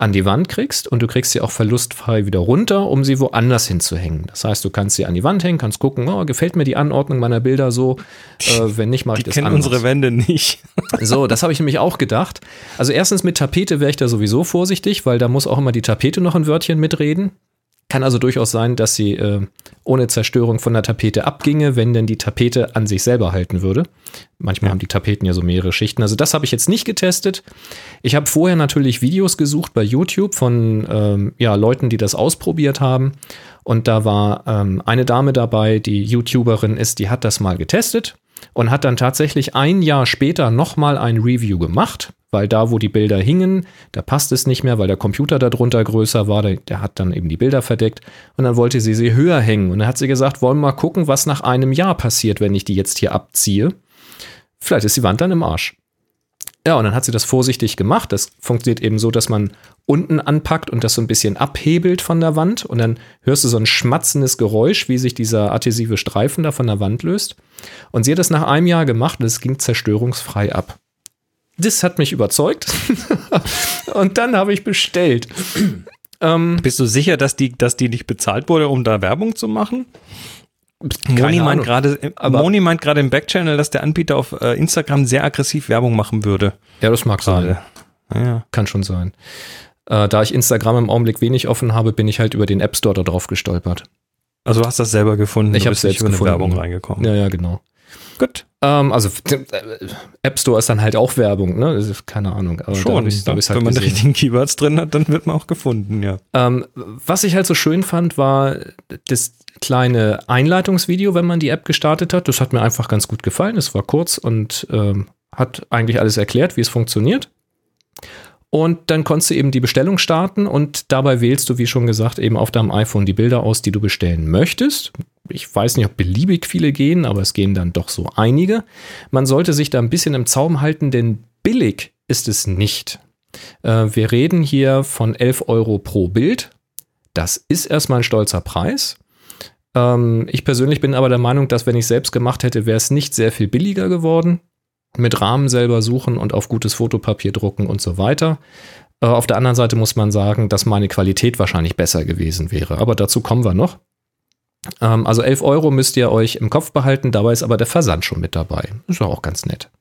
an die Wand kriegst und du kriegst sie auch verlustfrei wieder runter, um sie woanders hinzuhängen. Das heißt, du kannst sie an die Wand hängen, kannst gucken, oh, gefällt mir die Anordnung meiner Bilder so, äh, wenn nicht, mache ich das anders. Die kennen unsere Wände nicht. So, das habe ich nämlich auch gedacht. Also erstens mit Tapete wäre ich da sowieso vorsichtig, weil da muss auch immer die Tapete noch ein Wörtchen mitreden. Kann also durchaus sein, dass sie äh, ohne Zerstörung von der Tapete abginge, wenn denn die Tapete an sich selber halten würde. Manchmal ja. haben die Tapeten ja so mehrere Schichten. Also das habe ich jetzt nicht getestet. Ich habe vorher natürlich Videos gesucht bei YouTube von ähm, ja, Leuten, die das ausprobiert haben. Und da war ähm, eine Dame dabei, die YouTuberin ist, die hat das mal getestet und hat dann tatsächlich ein Jahr später nochmal ein Review gemacht. Weil da, wo die Bilder hingen, da passt es nicht mehr, weil der Computer darunter größer war, der, der hat dann eben die Bilder verdeckt und dann wollte sie sie höher hängen und dann hat sie gesagt, wollen wir mal gucken, was nach einem Jahr passiert, wenn ich die jetzt hier abziehe. Vielleicht ist die Wand dann im Arsch. Ja, und dann hat sie das vorsichtig gemacht. Das funktioniert eben so, dass man unten anpackt und das so ein bisschen abhebelt von der Wand und dann hörst du so ein schmatzendes Geräusch, wie sich dieser adhesive Streifen da von der Wand löst. Und sie hat das nach einem Jahr gemacht und es ging zerstörungsfrei ab. Das hat mich überzeugt und dann habe ich bestellt. ähm, Bist du sicher, dass die, dass die nicht bezahlt wurde, um da Werbung zu machen? Moni meint gerade, Moni meint gerade im Backchannel, dass der Anbieter auf äh, Instagram sehr aggressiv Werbung machen würde. Ja, das mag sein. Ja. Kann schon sein. Äh, da ich Instagram im Augenblick wenig offen habe, bin ich halt über den App Store da drauf gestolpert. Also du hast das selber gefunden? Ich habe selbst über eine gefunden. Werbung reingekommen. Ja, ja, genau. Gut. Ähm, also App Store ist dann halt auch Werbung, ne? Das ist keine Ahnung. Aber schon, ich, da, halt wenn man gesehen. die richtigen Keywords drin hat, dann wird man auch gefunden, ja. Ähm, was ich halt so schön fand, war das kleine Einleitungsvideo, wenn man die App gestartet hat. Das hat mir einfach ganz gut gefallen. Es war kurz und ähm, hat eigentlich alles erklärt, wie es funktioniert. Und dann konntest du eben die Bestellung starten und dabei wählst du, wie schon gesagt, eben auf deinem iPhone die Bilder aus, die du bestellen möchtest. Ich weiß nicht, ob beliebig viele gehen, aber es gehen dann doch so einige. Man sollte sich da ein bisschen im Zaum halten, denn billig ist es nicht. Äh, wir reden hier von elf Euro pro Bild. Das ist erstmal ein stolzer Preis. Ähm, ich persönlich bin aber der Meinung, dass wenn ich es selbst gemacht hätte, wäre es nicht sehr viel billiger geworden. Mit Rahmen selber suchen und auf gutes Fotopapier drucken und so weiter. Äh, auf der anderen Seite muss man sagen, dass meine Qualität wahrscheinlich besser gewesen wäre. Aber dazu kommen wir noch. Ähm, also elf Euro müsst ihr euch im Kopf behalten, dabei ist aber der Versand schon mit dabei. Ist ja auch ganz nett.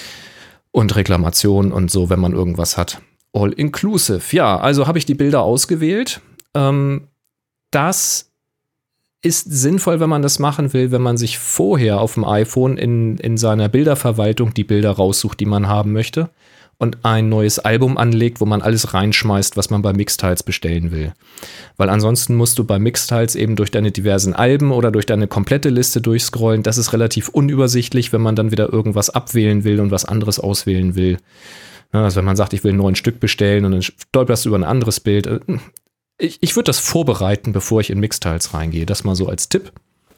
Und Reklamation und so, wenn man irgendwas hat. All inclusive. Ja, also habe ich die Bilder ausgewählt. Ähm, das ist sinnvoll, wenn man das machen will, wenn man sich vorher auf dem iPhone in, in seiner Bilderverwaltung die Bilder raussucht, die man haben möchte und ein neues Album anlegt, wo man alles reinschmeißt, was man bei Mixtiles bestellen will. Weil ansonsten musst du bei Mixtiles eben durch deine diversen Alben oder durch deine komplette Liste durchscrollen. Das ist relativ unübersichtlich, wenn man dann wieder irgendwas abwählen will und was anderes auswählen will. Also wenn man sagt, ich will neun Stück bestellen und dann stolperst du über ein anderes Bild. Ich, ich würde das vorbereiten, bevor ich in Mixtiles reingehe. Das mal so als Tipp.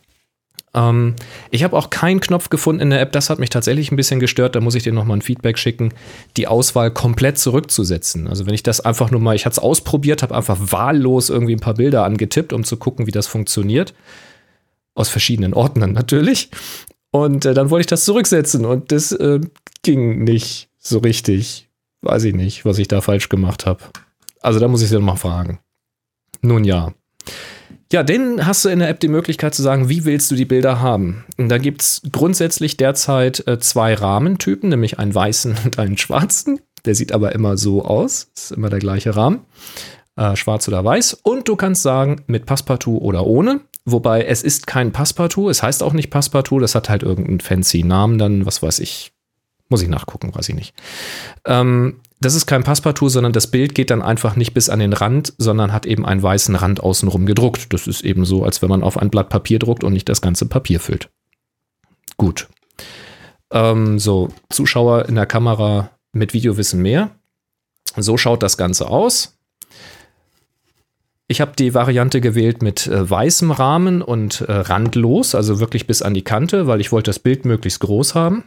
Ähm, ich habe auch keinen Knopf gefunden in der App. Das hat mich tatsächlich ein bisschen gestört. Da muss ich dir nochmal ein Feedback schicken, die Auswahl komplett zurückzusetzen. Also wenn ich das einfach nur mal, ich hatte es ausprobiert, habe einfach wahllos irgendwie ein paar Bilder angetippt, um zu gucken, wie das funktioniert. Aus verschiedenen Ordnern natürlich. Und äh, dann wollte ich das zurücksetzen und das äh, ging nicht so richtig. Weiß ich nicht, was ich da falsch gemacht habe. Also da muss ich sie noch mal fragen. Nun ja. Ja, dann hast du in der App die Möglichkeit zu sagen, wie willst du die Bilder haben? Und da gibt es grundsätzlich derzeit äh, zwei Rahmentypen, nämlich einen weißen und einen schwarzen. Der sieht aber immer so aus. Ist immer der gleiche Rahmen. Äh, schwarz oder weiß. Und du kannst sagen, mit Passepartout oder ohne. Wobei es ist kein Passepartout. Es heißt auch nicht Passepartout. Das hat halt irgendeinen fancy Namen dann, was weiß ich. Muss ich nachgucken, weiß ich nicht. Ähm, das ist kein Passepartout, sondern das Bild geht dann einfach nicht bis an den Rand, sondern hat eben einen weißen Rand außenrum gedruckt. Das ist eben so, als wenn man auf ein Blatt Papier druckt und nicht das ganze Papier füllt. Gut. Ähm, so, Zuschauer in der Kamera mit Video wissen mehr. So schaut das Ganze aus. Ich habe die Variante gewählt mit äh, weißem Rahmen und äh, randlos, also wirklich bis an die Kante, weil ich wollte das Bild möglichst groß haben.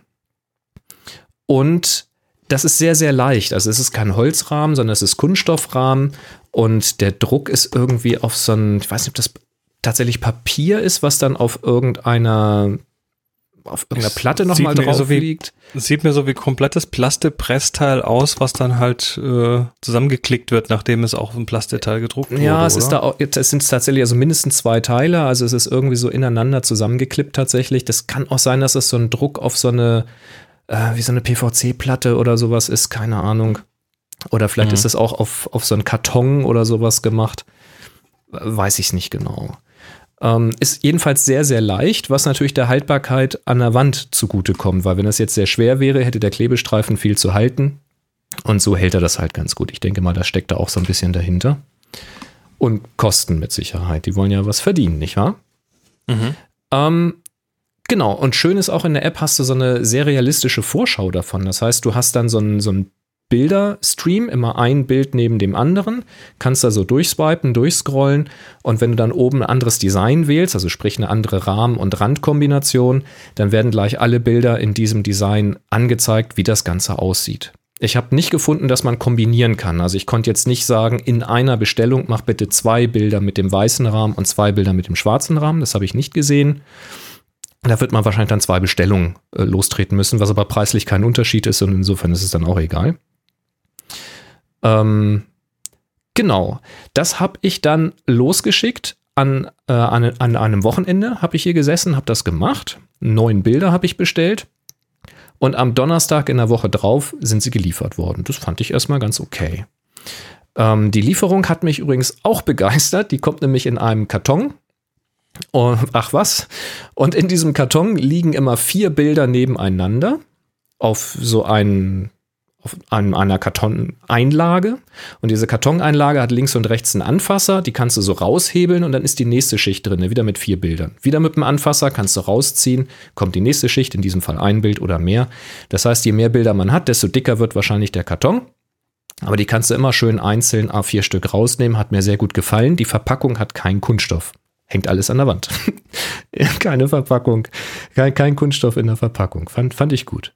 Und das ist sehr, sehr leicht. Also es ist kein Holzrahmen, sondern es ist Kunststoffrahmen. Und der Druck ist irgendwie auf so ein, ich weiß nicht, ob das tatsächlich Papier ist, was dann auf irgendeiner auf irgendeiner Platte nochmal drauf so wie, liegt. Es sieht mir so wie komplettes Plaste-Pressteil aus, was dann halt äh, zusammengeklickt wird, nachdem es auch ein Plasteteil gedruckt wurde. Ja, es oder? ist da auch, es sind tatsächlich also mindestens zwei Teile, also es ist irgendwie so ineinander zusammengeklippt tatsächlich. Das kann auch sein, dass es so ein Druck auf so eine, äh, wie so eine P V C-Platte oder sowas ist, keine Ahnung. Oder vielleicht mhm. ist es auch auf, auf so einen Karton oder sowas gemacht. Weiß ich nicht genau. Ähm, ist jedenfalls sehr, sehr leicht, was natürlich der Haltbarkeit an der Wand zugutekommt, weil wenn das jetzt sehr schwer wäre, hätte der Klebestreifen viel zu halten und so hält er das halt ganz gut. Ich denke mal, das steckt da auch so ein bisschen dahinter. Und Kosten mit Sicherheit, die wollen ja was verdienen, nicht wahr? Mhm. Ähm, genau, und schön ist auch in der App hast du so eine sehr realistische Vorschau davon. Das heißt, du hast dann so ein, so ein Bilderstream, immer ein Bild neben dem anderen, kannst da so durchswipen, durchscrollen und wenn du dann oben ein anderes Design wählst, also sprich eine andere Rahmen- und Randkombination, dann werden gleich alle Bilder in diesem Design angezeigt, wie das Ganze aussieht. Ich habe nicht gefunden, dass man kombinieren kann. Also ich konnte jetzt nicht sagen, in einer Bestellung mach bitte zwei Bilder mit dem weißen Rahmen und zwei Bilder mit dem schwarzen Rahmen. Das habe ich nicht gesehen. Da wird man wahrscheinlich dann zwei Bestellungen äh, lostreten müssen, was aber preislich kein Unterschied ist und insofern ist es dann auch egal. Ähm, genau, das habe ich dann losgeschickt an, äh, an, an einem Wochenende, habe ich hier gesessen, habe das gemacht, neun Bilder habe ich bestellt und am Donnerstag in der Woche drauf sind sie geliefert worden. Das fand ich erstmal ganz okay. Ähm, die Lieferung hat mich übrigens auch begeistert, die kommt nämlich in einem Karton. Und, ach was, und in diesem Karton liegen immer vier Bilder nebeneinander auf so einen an einer Kartoneinlage und diese Kartoneinlage hat links und rechts einen Anfasser, die kannst du so raushebeln und dann ist die nächste Schicht drin, wieder mit vier Bildern. Wieder mit dem Anfasser kannst du rausziehen, kommt die nächste Schicht, in diesem Fall ein Bild oder mehr. Das heißt, je mehr Bilder man hat, desto dicker wird wahrscheinlich der Karton. Aber die kannst du immer schön einzeln A vier Stück rausnehmen, hat mir sehr gut gefallen. Die Verpackung hat keinen Kunststoff. Hängt alles an der Wand. Keine Verpackung, kein, kein Kunststoff in der Verpackung. Fand, fand ich gut.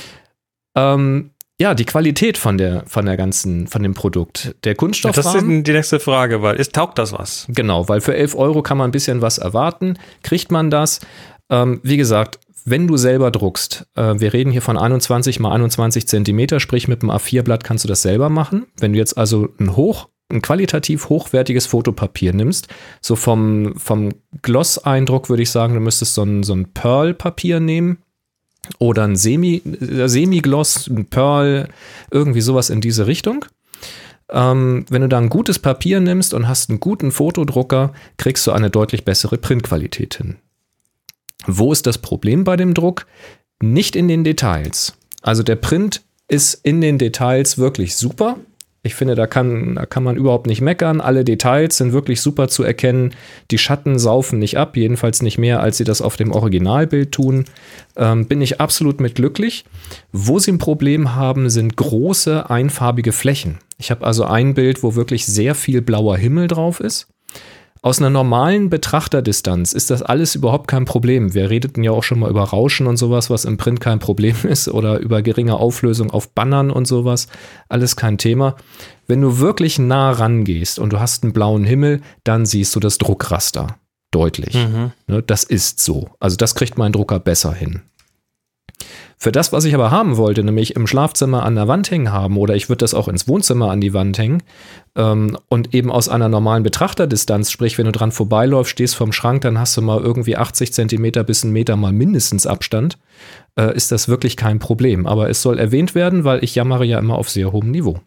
Ähm, Ja, die Qualität von der, von der ganzen, von dem Produkt. Der Kunststoffrahmen. Das ist die nächste Frage, weil es taugt das was? Genau, weil für elf Euro kann man ein bisschen was erwarten. Kriegt man das? Ähm, wie gesagt, wenn du selber druckst, äh, wir reden hier von einundzwanzig mal einundzwanzig Zentimeter, sprich mit einem A vier Blatt kannst du das selber machen. Wenn du jetzt also ein hoch, ein qualitativ hochwertiges Fotopapier nimmst, so vom, vom Gloss-Eindruck würde ich sagen, du müsstest so ein, so ein Pearl-Papier nehmen. Oder ein Semi, Semi-Gloss, ein Pearl, irgendwie sowas in diese Richtung. Ähm, wenn du da ein gutes Papier nimmst und hast einen guten Fotodrucker, kriegst du eine deutlich bessere Printqualität hin. Wo ist das Problem bei dem Druck? Nicht in den Details. Also der Print ist in den Details wirklich super. Ich finde, da kann, da kann man überhaupt nicht meckern. Alle Details sind wirklich super zu erkennen. Die Schatten saufen nicht ab, jedenfalls nicht mehr, als sie das auf dem Originalbild tun. Ähm, bin ich absolut mit glücklich. Wo sie ein Problem haben, sind große, einfarbige Flächen. Ich habe also ein Bild, wo wirklich sehr viel blauer Himmel drauf ist. Aus einer normalen Betrachterdistanz ist das alles überhaupt kein Problem. Wir redeten ja auch schon mal über Rauschen und sowas, was im Print kein Problem ist, oder über geringe Auflösung auf Bannern und sowas. Alles kein Thema. Wenn du wirklich nah rangehst und du hast einen blauen Himmel, dann siehst du das Druckraster deutlich. Mhm. Ne, das ist so. Also das kriegt mein Drucker besser hin. Für das, was ich aber haben wollte, nämlich im Schlafzimmer an der Wand hängen haben oder ich würde das auch ins Wohnzimmer an die Wand hängen ähm, und eben aus einer normalen Betrachterdistanz, sprich, wenn du dran vorbeiläufst, stehst vorm Schrank, dann hast du mal irgendwie achtzig Zentimeter bis einen Meter mal mindestens Abstand, äh, ist das wirklich kein Problem. Aber es soll erwähnt werden, weil ich jammere ja immer auf sehr hohem Niveau.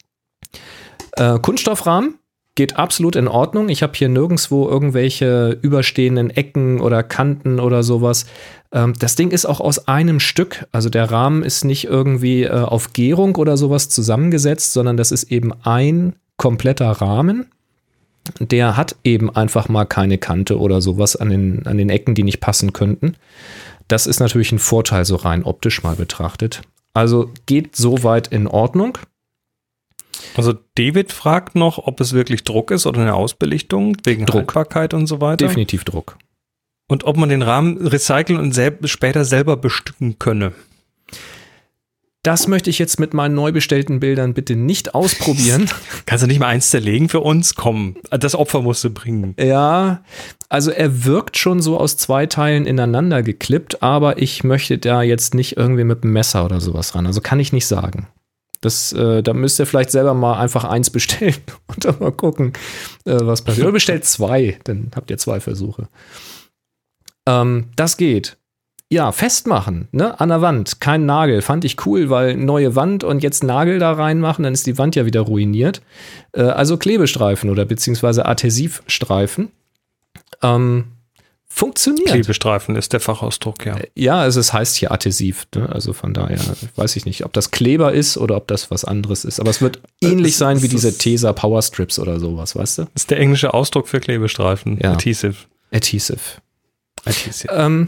Äh, Kunststoffrahmen geht absolut in Ordnung. Ich habe hier nirgendwo irgendwelche überstehenden Ecken oder Kanten oder sowas. Ähm, das Ding ist auch aus einem Stück. Also der Rahmen ist nicht irgendwie äh, auf Gärung oder sowas zusammengesetzt, sondern das ist eben ein kompletter Rahmen. Der hat eben einfach mal keine Kante oder sowas an den, an den Ecken, die nicht passen könnten. Das ist natürlich ein Vorteil, so rein optisch mal betrachtet. Also geht soweit in Ordnung. Also David fragt noch, ob es wirklich Druck ist oder eine Ausbelichtung wegen Druck. Haltbarkeit und so weiter. Definitiv Druck. Und ob man den Rahmen recyceln und sel- später selber bestücken könne. das möchte ich jetzt mit meinen neu bestellten Bildern bitte nicht ausprobieren. Kannst du nicht mal eins zerlegen für uns? Komm, das Opfer musst du bringen. Ja, also er wirkt schon so aus zwei Teilen ineinander geklippt, aber ich möchte da jetzt nicht irgendwie mit einem Messer oder sowas ran. Also kann ich nicht sagen. Das, äh, da müsst ihr vielleicht selber mal einfach eins bestellen und dann mal gucken, äh, was passiert. Oder bestellt zwei, dann habt ihr zwei Versuche. Ähm, das geht. Ja, festmachen, ne, an der Wand, kein Nagel, fand ich cool, weil neue Wand und jetzt Nagel da reinmachen, dann ist die Wand ja wieder ruiniert. Äh, also Klebestreifen oder beziehungsweise Adhesivstreifen. Ähm, funktioniert. Klebestreifen ist der Fachausdruck, ja. Äh, ja, also es heißt hier Adhesiv, ne? Also von daher weiß ich nicht, ob das Kleber ist oder ob das was anderes ist, aber es wird ähnlich das, sein wie diese Tesa Power Strips oder sowas, weißt du? Das ist der englische Ausdruck für Klebestreifen, ja. Adhesive. Adhesive. Adhesive. Ähm,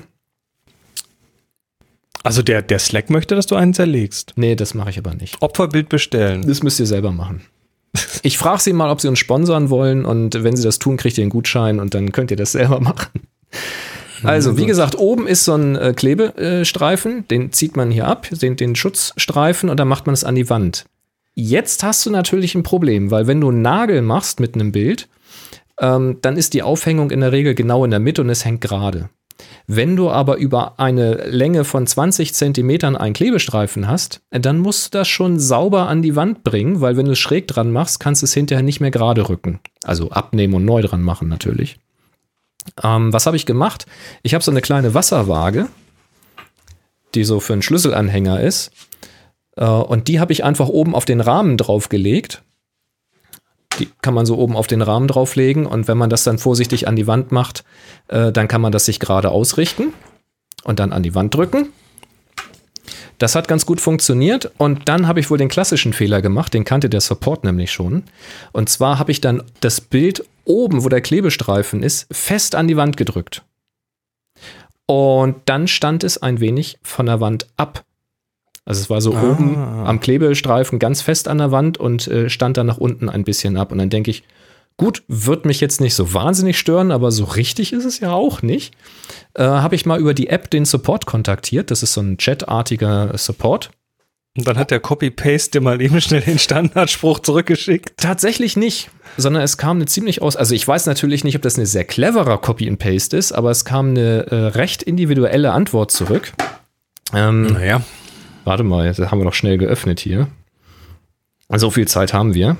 Also der, der Slack möchte, dass du einen zerlegst. Nee, das mache ich aber nicht. Opferbild bestellen. Das müsst ihr selber machen. Ich frage sie mal, ob sie uns sponsern wollen und wenn sie das tun, kriegt ihr einen Gutschein und dann könnt ihr das selber machen. Also, wie gesagt, oben ist so ein äh, Klebestreifen, den zieht man hier ab, den, den Schutzstreifen und dann macht man es an die Wand. Jetzt hast du natürlich ein Problem, weil wenn du einen Nagel machst mit einem Bild, ähm, dann ist die Aufhängung in der Regel genau in der Mitte und es hängt gerade. Wenn du aber über eine Länge von zwanzig Zentimetern einen Klebestreifen hast, dann musst du das schon sauber an die Wand bringen, weil wenn du es schräg dran machst, kannst du es hinterher nicht mehr gerade rücken. Also abnehmen und neu dran machen natürlich. Ähm, was habe ich gemacht? Ich habe so eine kleine Wasserwaage, die so für einen Schlüsselanhänger ist. Äh, und die habe ich einfach oben auf den Rahmen draufgelegt. Die kann man so oben auf den Rahmen drauflegen und wenn man das dann vorsichtig an die Wand macht, äh, dann kann man das sich gerade ausrichten und dann an die Wand drücken. Das hat ganz gut funktioniert und dann habe ich wohl den klassischen Fehler gemacht, den kannte der Support nämlich schon. Und zwar habe ich dann das Bild oben, wo der Klebestreifen ist, fest an die Wand gedrückt. Und dann stand es ein wenig von der Wand ab. Also es war so ah. oben am Klebestreifen ganz fest an der Wand und äh, stand dann nach unten ein bisschen ab. Und dann denke ich, gut, wird mich jetzt nicht so wahnsinnig stören, aber so richtig ist es ja auch nicht. Äh, habe ich mal über die App den Support kontaktiert. Das ist so ein chatartiger Support. Und dann hat der Copy-Paste dir mal eben schnell den Standardspruch zurückgeschickt. Tatsächlich nicht, sondern es kam eine ziemlich aus. Also ich weiß natürlich nicht, ob das eine sehr cleverer Copy-and-Paste ist, aber es kam eine äh, recht individuelle Antwort zurück. Ähm, naja. Warte mal, das haben wir noch schnell geöffnet hier. So viel Zeit haben wir.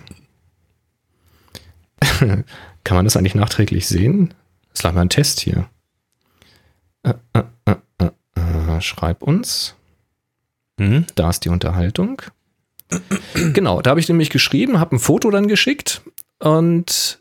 Kann man das eigentlich nachträglich sehen? Das ist gleich mal ein Test hier. Äh, äh, äh, äh, äh, schreib uns. Mhm. Da ist die Unterhaltung. Genau, da habe ich nämlich geschrieben, habe ein Foto dann geschickt und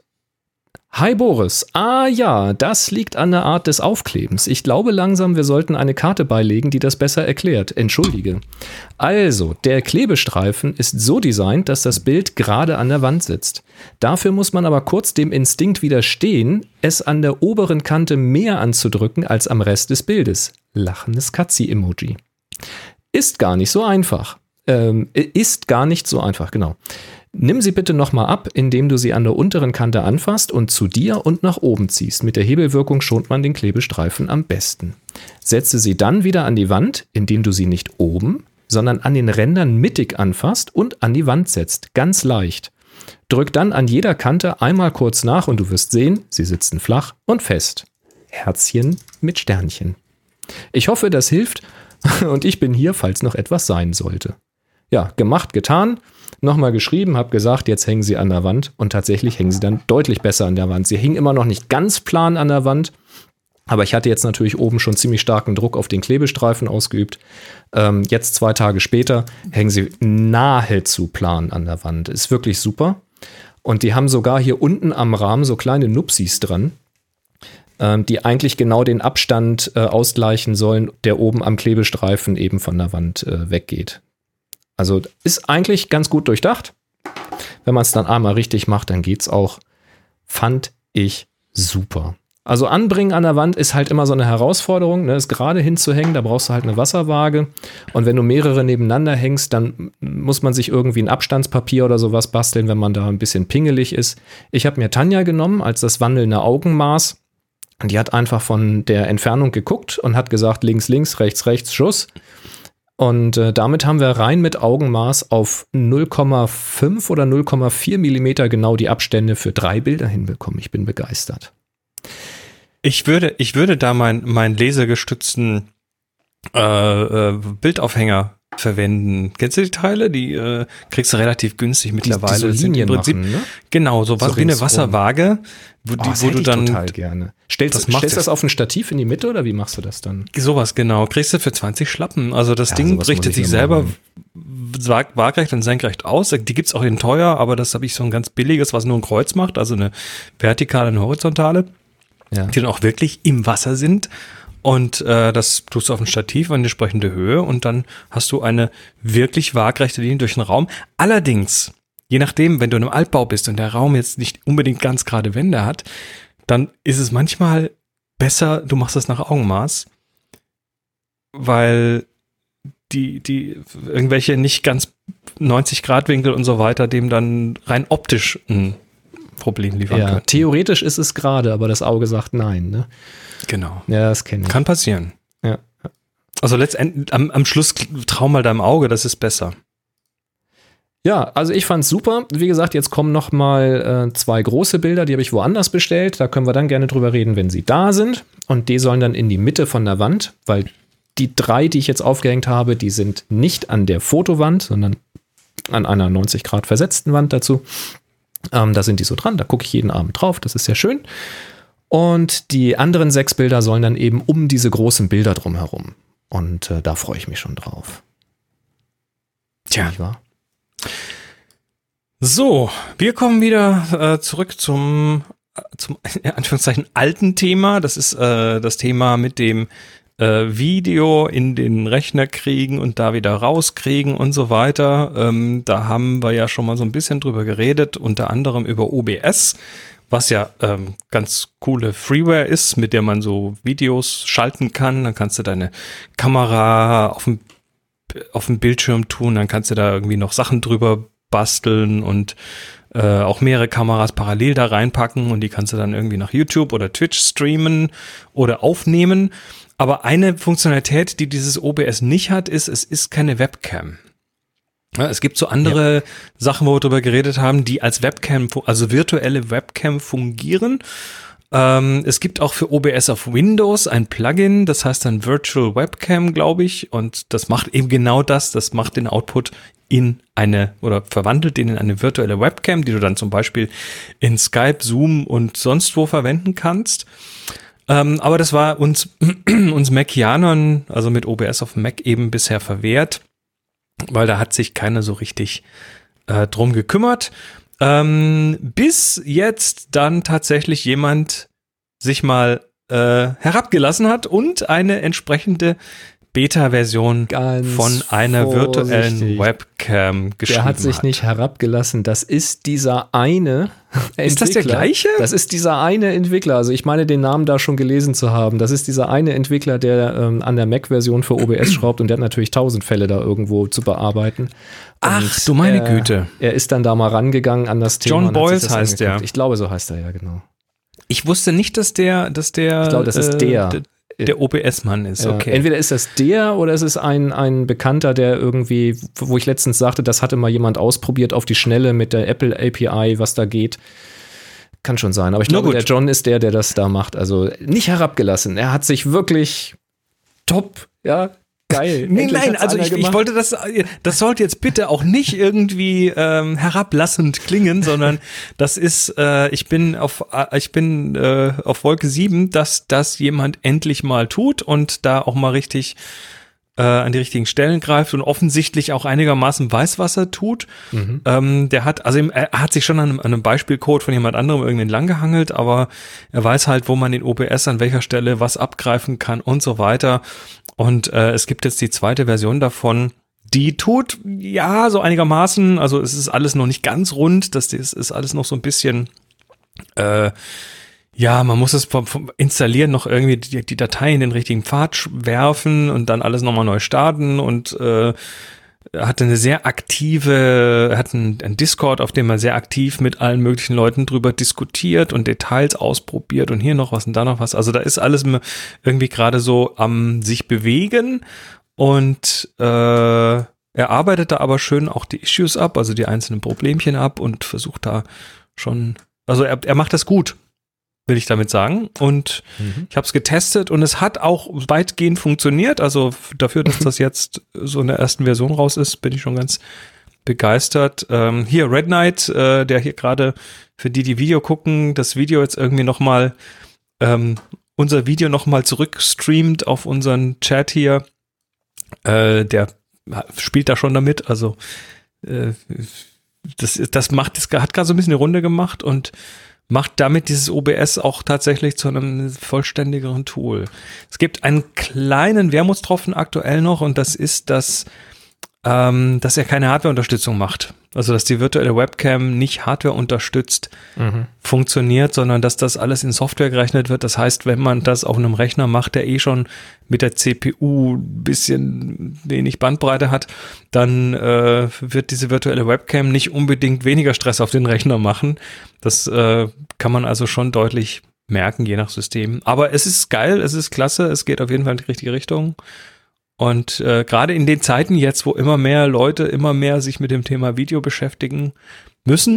Hi Boris, ah ja, das liegt an der Art des Aufklebens. Ich glaube langsam, wir sollten eine Karte beilegen, die das besser erklärt. Entschuldige. Also, der Klebestreifen ist so designt, dass das Bild gerade an der Wand sitzt. Dafür muss man aber kurz dem Instinkt widerstehen, es an der oberen Kante mehr anzudrücken als am Rest des Bildes. Lachendes Katzi-Emoji. Ist gar nicht so einfach. Ähm, ist gar nicht so einfach, genau. Nimm sie bitte nochmal ab, indem du sie an der unteren Kante anfasst und zu dir und nach oben ziehst. Mit der Hebelwirkung schont man den Klebestreifen am besten. Setze sie dann wieder an die Wand, indem du sie nicht oben, sondern an den Rändern mittig anfasst und an die Wand setzt. Ganz leicht. Drück dann an jeder Kante einmal kurz nach und du wirst sehen, sie sitzen flach und fest. Herzchen mit Sternchen. Ich hoffe, das hilft und ich bin hier, falls noch etwas sein sollte. Ja, gemacht, getan. Nochmal geschrieben, habe gesagt, jetzt hängen sie an der Wand und tatsächlich hängen sie dann deutlich besser an der Wand. Sie hingen immer noch nicht ganz plan an der Wand, aber ich hatte jetzt natürlich oben schon ziemlich starken Druck auf den Klebestreifen ausgeübt. Ähm, jetzt zwei Tage später hängen sie nahezu plan an der Wand. Ist wirklich super. Und die haben sogar hier unten am Rahmen so kleine Nupsis dran, ähm, die eigentlich genau den Abstand äh, ausgleichen sollen, der oben am Klebestreifen eben von der Wand äh, weggeht. Also ist eigentlich ganz gut durchdacht. Wenn man es dann einmal richtig macht, dann geht's auch. Fand ich super. Also anbringen an der Wand ist halt immer so eine Herausforderung, ne? Ist gerade hinzuhängen, da brauchst du halt eine Wasserwaage. Und wenn du mehrere nebeneinander hängst, dann muss man sich irgendwie ein Abstandspapier oder sowas basteln, wenn man da ein bisschen pingelig ist. Ich habe mir Tanja genommen als das wandelnde Augenmaß. Und die hat einfach von der Entfernung geguckt und hat gesagt, links, links, rechts, rechts, Schuss. Und äh, damit haben wir rein mit Augenmaß auf null Komma fünf oder null Komma vier Millimeter genau die Abstände für drei Bilder hinbekommen. Ich bin begeistert. Ich würde, ich würde da mein, mein lasergestützten äh, äh, Bildaufhänger verwenden. Kennst du die Teile? Die äh, kriegst du relativ günstig mittlerweile. Die, die so Linien im Prinzip, machen, ne? Genau, so, was so wie eine Wasserwaage, wo, oh, die, das wo hätte du ich dann total gerne. Stellst, das stellst macht das auf ein Stativ in die Mitte oder wie machst du das dann? Sowas, genau. Kriegst du für zwanzig Schlappen. Also das Ja, Ding sowas richtet muss ich sich mir selber machen. waag- waagrecht und senkrecht aus. Die gibt's auch in teuer, aber das habe ich so ein ganz billiges, was nur ein Kreuz macht, also eine vertikale und horizontale, Ja. die dann auch wirklich im Wasser sind. Und äh, das tust du auf ein Stativ an entsprechende Höhe und dann hast du eine wirklich waagrechte Linie durch den Raum. Allerdings, je nachdem, wenn du in einem Altbau bist und der Raum jetzt nicht unbedingt ganz gerade Wände hat, dann ist es manchmal besser, du machst das nach Augenmaß, weil die, die irgendwelche nicht ganz neunzig Grad Winkel und so weiter dem dann rein optisch ein Problem liefern Ja, können. theoretisch ist es gerade, aber das Auge sagt nein, ne? Genau. Ja, das kenne ich. Kann passieren. Ja. Also letztendlich, am, am Schluss trau mal deinem Auge, das ist besser. Ja, also ich fand's super. Wie gesagt, jetzt kommen noch mal äh, zwei große Bilder, die habe ich woanders bestellt. Da können wir dann gerne drüber reden, wenn sie da sind. Und die sollen dann in die Mitte von der Wand, weil die drei, die ich jetzt aufgehängt habe, die sind nicht an der Fotowand, sondern an einer neunzig Grad versetzten Wand dazu. Ähm, da sind die so dran, da gucke ich jeden Abend drauf, das ist sehr schön. Und die anderen sechs Bilder sollen dann eben um diese großen Bilder drumherum. Und äh, da freue ich mich schon drauf. Tja. Nicht wahr? So, wir kommen wieder äh, zurück zum, äh, zum in Anführungszeichen alten Thema. Das ist äh, das Thema mit dem äh, Video in den Rechner kriegen und da wieder rauskriegen und so weiter. Ähm, da haben wir ja schon mal so ein bisschen drüber geredet, unter anderem über O B S, was ja ähm, ganz coole Freeware ist, mit der man so Videos schalten kann. Dann kannst du deine Kamera auf dem, auf dem Bildschirm tun, dann kannst du da irgendwie noch Sachen drüber basteln und äh, auch mehrere Kameras parallel da reinpacken und die kannst du dann irgendwie nach YouTube oder Twitch streamen oder aufnehmen. Aber eine Funktionalität, die dieses O B S nicht hat, ist, es ist keine Webcam. Ja, es gibt so andere ja. Sachen, wo wir drüber geredet haben, die als Webcam, also virtuelle Webcam fungieren. Ähm, es gibt auch für O B S auf Windows ein Plugin, das heißt dann Virtual Webcam, glaube ich. Und das macht eben genau das. Das macht den Output in eine oder verwandelt den in eine virtuelle Webcam, die du dann zum Beispiel in Skype, Zoom und sonst wo verwenden kannst. Ähm, aber das war uns, uns Macianern, also mit O B S auf dem Mac eben bisher verwehrt, weil da hat sich keiner so richtig äh, drum gekümmert. Ähm, bis jetzt dann tatsächlich jemand sich mal äh, herabgelassen hat und eine entsprechende Beta-Version Ganz von einer virtuellen vorsichtig. Webcam geschrieben hat. Der hat sich nicht herabgelassen. Das ist dieser eine Entwickler. Ist das der gleiche? Das ist dieser eine Entwickler. Also ich meine, den Namen da schon gelesen zu haben. Das ist dieser eine Entwickler, der ähm, an der Mac-Version für O B S schraubt und der hat natürlich tausend Fälle da irgendwo zu bearbeiten. Ach, und du meine er, Güte. Er ist dann da mal rangegangen an das Thema. John und hat sich Boyles das heißt angeguckt. der. Ich glaube, so heißt er, ja, genau. Ich wusste nicht, dass der, dass der, Ich glaube, das ist äh, der. der, der O B S-Mann ist, Ja, okay. entweder ist das der oder es ist ein, ein Bekannter, der irgendwie, wo ich letztens sagte, das hatte mal jemand ausprobiert auf die Schnelle mit der Apple A P I, was da geht. Kann schon sein, aber ich Na glaube, gut. der John ist der, der das da macht. Also nicht herabgelassen. Er hat sich wirklich top, ja, geil. Nee, Endlich nein, hat's also einer ich, ich gemacht. wollte das, das sollte jetzt bitte auch nicht irgendwie ähm, herablassend klingen, sondern das ist, äh, ich bin auf, äh, ich bin äh, auf Wolke sieben, dass das jemand endlich mal tut und da auch mal richtig äh, an die richtigen Stellen greift und offensichtlich auch einigermaßen weiß, was er tut. Mhm. Ähm, der hat, also er hat sich schon an einem, an einem Beispielcode von jemand anderem irgendwie entlang gehangelt, aber er weiß halt, wo man den O B S an welcher Stelle was abgreifen kann und so weiter. Und äh, es gibt jetzt die zweite Version davon, die tut, ja, so einigermaßen, also es ist alles noch nicht ganz rund, das ist, ist alles noch so ein bisschen, äh, ja, man muss es vom, vom Installieren noch irgendwie die, die Datei in den richtigen Pfad sch- werfen und dann alles nochmal neu starten und äh, hat eine sehr aktive, hat einen, einen Discord, auf dem man sehr aktiv mit allen möglichen Leuten drüber diskutiert und Details ausprobiert und hier noch was und da noch was. Also da ist alles irgendwie gerade so am sich bewegen Und äh, er arbeitet da aber schön auch die Issues ab, also die einzelnen Problemchen ab und versucht da schon, also er, er macht das gut, will ich damit sagen. Und mhm. ich habe es getestet und es hat auch weitgehend funktioniert. Also dafür, dass das jetzt so in der ersten Version raus ist, bin ich schon ganz begeistert. Ähm, hier, Red Knight, äh, der hier gerade für die, die Video gucken, das Video jetzt irgendwie nochmal, ähm, unser Video nochmal zurückstreamt auf unseren Chat hier. Äh, der spielt da schon damit. Also äh, das, das macht, das hat gerade so ein bisschen eine Runde gemacht und macht damit dieses O B S auch tatsächlich zu einem vollständigeren Tool. Es gibt einen kleinen Wermutstropfen aktuell noch und das ist, dass, ähm, dass er keine Hardware-Unterstützung macht. Also, dass die virtuelle Webcam nicht Hardware unterstützt mhm. funktioniert, sondern dass das alles in Software gerechnet wird. Das heißt, wenn man das auf einem Rechner macht, der eh schon mit der C P U ein bisschen wenig Bandbreite hat, dann äh, wird diese virtuelle Webcam nicht unbedingt weniger Stress auf den Rechner machen. Das äh, kann man also schon deutlich merken, je nach System. Aber es ist geil, es ist klasse, es geht auf jeden Fall in die richtige Richtung. Und äh, gerade in den Zeiten jetzt, wo immer mehr Leute immer mehr sich mit dem Thema Video beschäftigen müssen,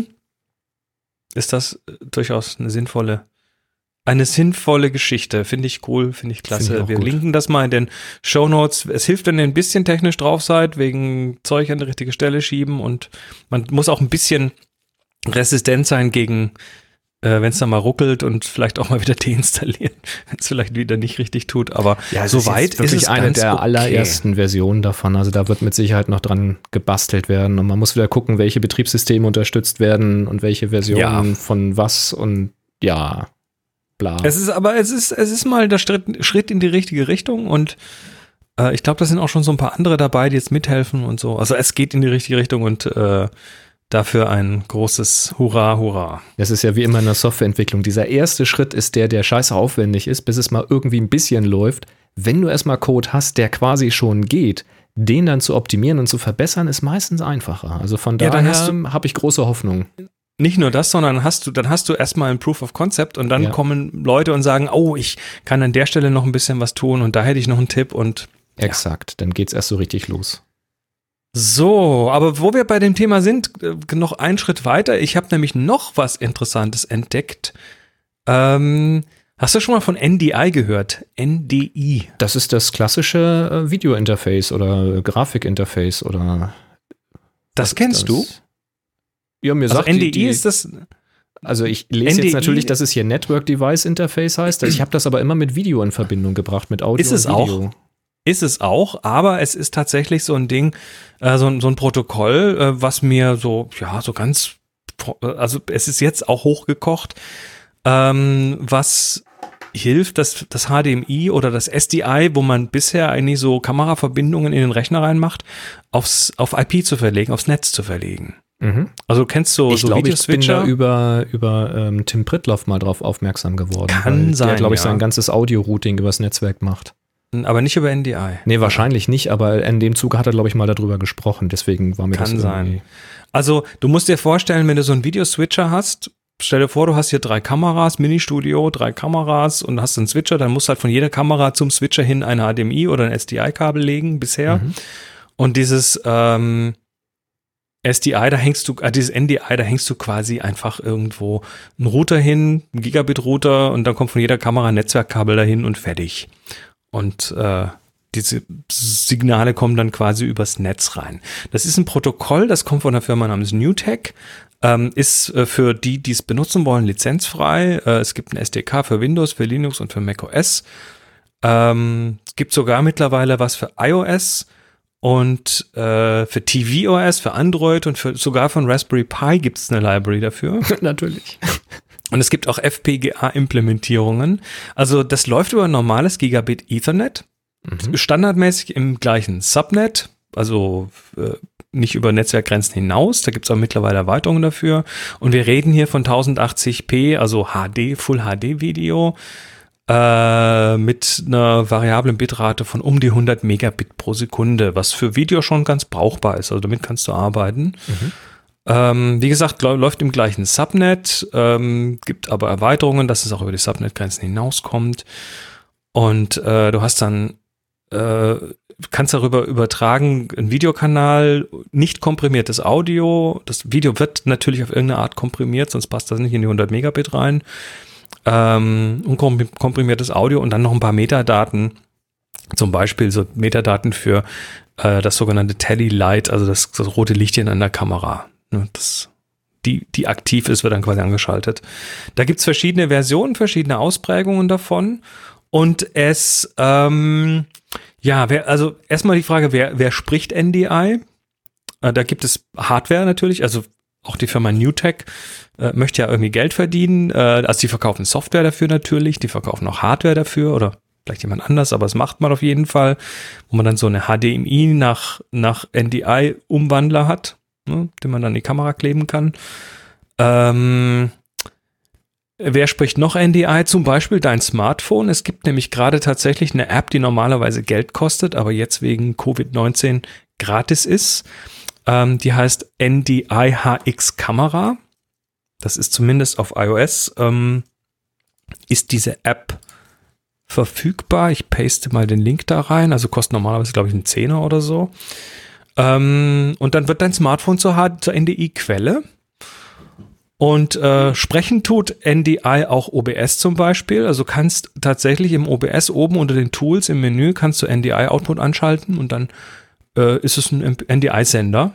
ist das äh, durchaus eine sinnvolle, eine sinnvolle Geschichte. Finde ich cool, finde ich klasse. Find ich Wir gut. linken das mal in den Shownotes. Es hilft, wenn ihr ein bisschen technisch drauf seid, wegen Zeug an die richtige Stelle schieben und man muss auch ein bisschen resistent sein gegen Äh, wenn es dann mal ruckelt und vielleicht auch mal wieder deinstallieren, wenn es vielleicht wieder nicht richtig tut, aber ja, soweit ist, ist es eine der okay. allerersten Versionen davon, also da wird mit Sicherheit noch dran gebastelt werden und man muss wieder gucken, welche Betriebssysteme unterstützt werden und welche Versionen ja. von was und ja, bla. Es ist aber, es ist, es ist mal der Schritt, Schritt in die richtige Richtung und äh, ich glaube, da sind auch schon so ein paar andere dabei, die jetzt mithelfen und so, also es geht in die richtige Richtung und äh, dafür ein großes Hurra, Hurra. Das ist ja wie immer in der Softwareentwicklung. Dieser erste Schritt ist der, der scheiße aufwendig ist, bis es mal irgendwie ein bisschen läuft. Wenn du erstmal Code hast, der quasi schon geht, den dann zu optimieren und zu verbessern, ist meistens einfacher. Also von ja, daher habe ich große Hoffnung. Nicht nur das, sondern hast du, dann hast du erstmal ein Proof of Concept und dann ja. kommen Leute und sagen, oh, ich kann an der Stelle noch ein bisschen was tun und da hätte ich noch einen Tipp und ja. Exakt, dann geht's erst so richtig los. So, aber wo wir bei dem Thema sind, noch einen Schritt weiter. Ich habe nämlich noch was Interessantes entdeckt. Ähm, hast du schon mal von N D I gehört? N D I. Das ist das klassische äh, Video-Interface oder Grafik-Interface oder. Das kennst das? du? Ja, mir also sagt N D I die, die, ist das. Also ich lese N D I, jetzt natürlich, dass es hier Network Device Interface heißt. Ich habe das aber immer mit Video in Verbindung gebracht, mit Audio ist es und Video. Auch? Ist es auch, aber es ist tatsächlich so ein Ding, äh, so, so ein Protokoll, äh, was mir so, ja, so ganz, also es ist jetzt auch hochgekocht, ähm, was hilft, dass das H D M I oder das S D I, wo man bisher eigentlich so Kameraverbindungen in den Rechner reinmacht, aufs, auf I P zu verlegen, aufs Netz zu verlegen. Mhm. Also kennst du ich so glaub, Videoswitcher? Ich bin da über, über ähm, Tim Prittloff mal drauf aufmerksam geworden. Kann sein, der, glaube ich, ja. sein ganzes Audio-Routing übers Netzwerk macht. Aber nicht über N D I. Nee, wahrscheinlich nicht, aber in dem Zuge hat er, glaube ich, mal darüber gesprochen. Deswegen war mir Kann das irgendwie... sein. Also, du musst dir vorstellen, wenn du so einen Videoswitcher hast, stell dir vor, du hast hier drei Kameras, Ministudio, drei Kameras und hast einen Switcher, dann musst du halt von jeder Kamera zum Switcher hin ein H D M I oder ein S D I-Kabel legen bisher. Mhm. Und dieses ähm, S D I, da hängst du, äh, dieses N D I, da hängst du quasi einfach irgendwo einen Router hin, einen Gigabit-Router und dann kommt von jeder Kamera ein Netzwerkkabel dahin und fertig. Und äh, diese Signale kommen dann quasi übers Netz rein. Das ist ein Protokoll, das kommt von einer Firma namens NewTek, ähm, ist äh, für die, die es benutzen wollen, lizenzfrei. Äh, es gibt ein S D K für Windows, für Linux und für macOS. Ähm, es gibt sogar mittlerweile was für iOS und äh, für tvOS, für Android und für, sogar von Raspberry Pi gibt es eine Library dafür. Natürlich. Und es gibt auch F P G A-Implementierungen. Also das läuft über ein normales Gigabit Ethernet, mhm. standardmäßig im gleichen Subnet, also äh, nicht über Netzwerkgrenzen hinaus. Da gibt es auch mittlerweile Erweiterungen dafür. Und wir reden hier von tausendachtzig p, also H D, Full H D Video, äh, mit einer variablen Bitrate von um die hundert Megabit pro Sekunde, was für Video schon ganz brauchbar ist. Also damit kannst du arbeiten. Mhm. Ähm, wie gesagt, läuft im gleichen Subnet, ähm, gibt aber Erweiterungen, dass es auch über die Subnet-Grenzen hinauskommt. Und äh, du hast dann äh, kannst darüber übertragen, ein Videokanal, nicht komprimiertes Audio. Das Video wird natürlich auf irgendeine Art komprimiert, sonst passt das nicht in die hundert Megabit rein. Ähm, unkomprimiertes Audio und dann noch ein paar Metadaten. Zum Beispiel so Metadaten für äh, das sogenannte Tally Light, also das, das rote Lichtchen an der Kamera. Ne, das, die, die aktiv ist, wird dann quasi angeschaltet. Da gibt es verschiedene Versionen, verschiedene Ausprägungen davon. Und es, ähm, ja, wer, also erstmal die Frage, wer, wer spricht N D I? Äh, da gibt es Hardware natürlich, also auch die Firma NewTek äh, möchte ja irgendwie Geld verdienen. Äh, also die verkaufen Software dafür natürlich, die verkaufen auch Hardware dafür oder vielleicht jemand anders, aber es macht man auf jeden Fall, wo man dann so eine H D M I nach, nach N D I-Umwandler hat, ne, den man dann in die Kamera kleben kann. Ähm, wer spricht noch N D I? Zum Beispiel dein Smartphone. Es gibt nämlich gerade tatsächlich eine App, die normalerweise Geld kostet, aber jetzt wegen Covid neunzehn gratis ist. Ähm, die heißt N D I H X Kamera. Das ist zumindest auf iOS. Ähm, ist diese App verfügbar. Ich paste mal den Link da rein. Also kostet normalerweise, glaube ich, einen Zehner oder so. Ähm, und dann wird dein Smartphone zur, H- zur N D I-Quelle. Und äh, sprechen tut N D I auch O B S zum Beispiel. Also kannst tatsächlich im O B S oben unter den Tools im Menü kannst du N D I-Output anschalten und dann äh, ist es ein N D I-Sender.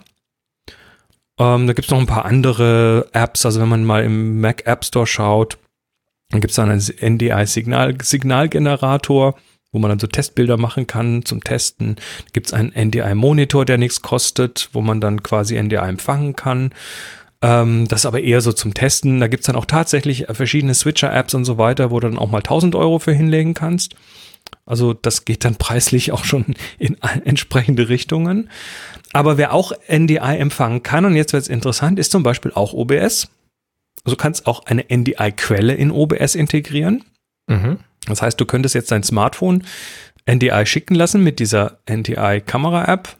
Ähm, da gibt es noch ein paar andere Apps. Also wenn man mal im Mac App Store schaut, dann gibt es dann einen N D I-Signalgenerator, wo man dann so Testbilder machen kann zum Testen. Da gibt es einen N D I-Monitor, der nichts kostet, wo man dann quasi N D I empfangen kann. Ähm, das ist aber eher so zum Testen. Da gibt es dann auch tatsächlich verschiedene Switcher-Apps und so weiter, wo du dann auch mal tausend Euro für hinlegen kannst. Also das geht dann preislich auch schon in entsprechende Richtungen. Aber wer auch N D I empfangen kann, und jetzt wird es interessant, ist zum Beispiel auch O B S. Also du kannst auch eine N D I-Quelle in O B S integrieren. Mhm. Das heißt, du könntest jetzt dein Smartphone N D I schicken lassen mit dieser N D I-Kamera-App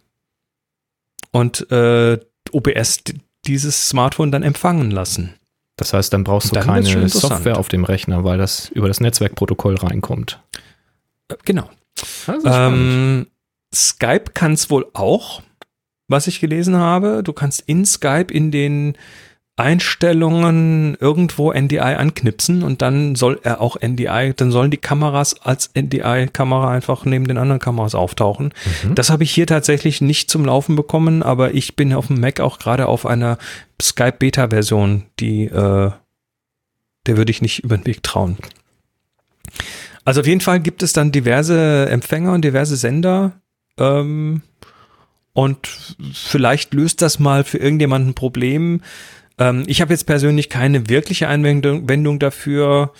und äh, O B S dieses Smartphone dann empfangen lassen. Das heißt, dann brauchst du dann keine Software auf dem Rechner, weil das über das Netzwerkprotokoll reinkommt. Äh, genau. Ähm, Skype kann es wohl auch, was ich gelesen habe. Du kannst in Skype in den Einstellungen irgendwo N D I anknipsen und dann soll er auch N D I, dann sollen die Kameras als N D I-Kamera einfach neben den anderen Kameras auftauchen. Mhm. Das habe ich hier tatsächlich nicht zum Laufen bekommen, aber ich bin auf dem Mac auch gerade auf einer Skype-Beta-Version, die, äh, der würde ich nicht über den Weg trauen. Also auf jeden Fall gibt es dann diverse Empfänger und diverse Sender, ähm, und vielleicht löst das mal für irgendjemanden ein Problem. Ich habe jetzt persönlich keine wirkliche Anwendung dafür,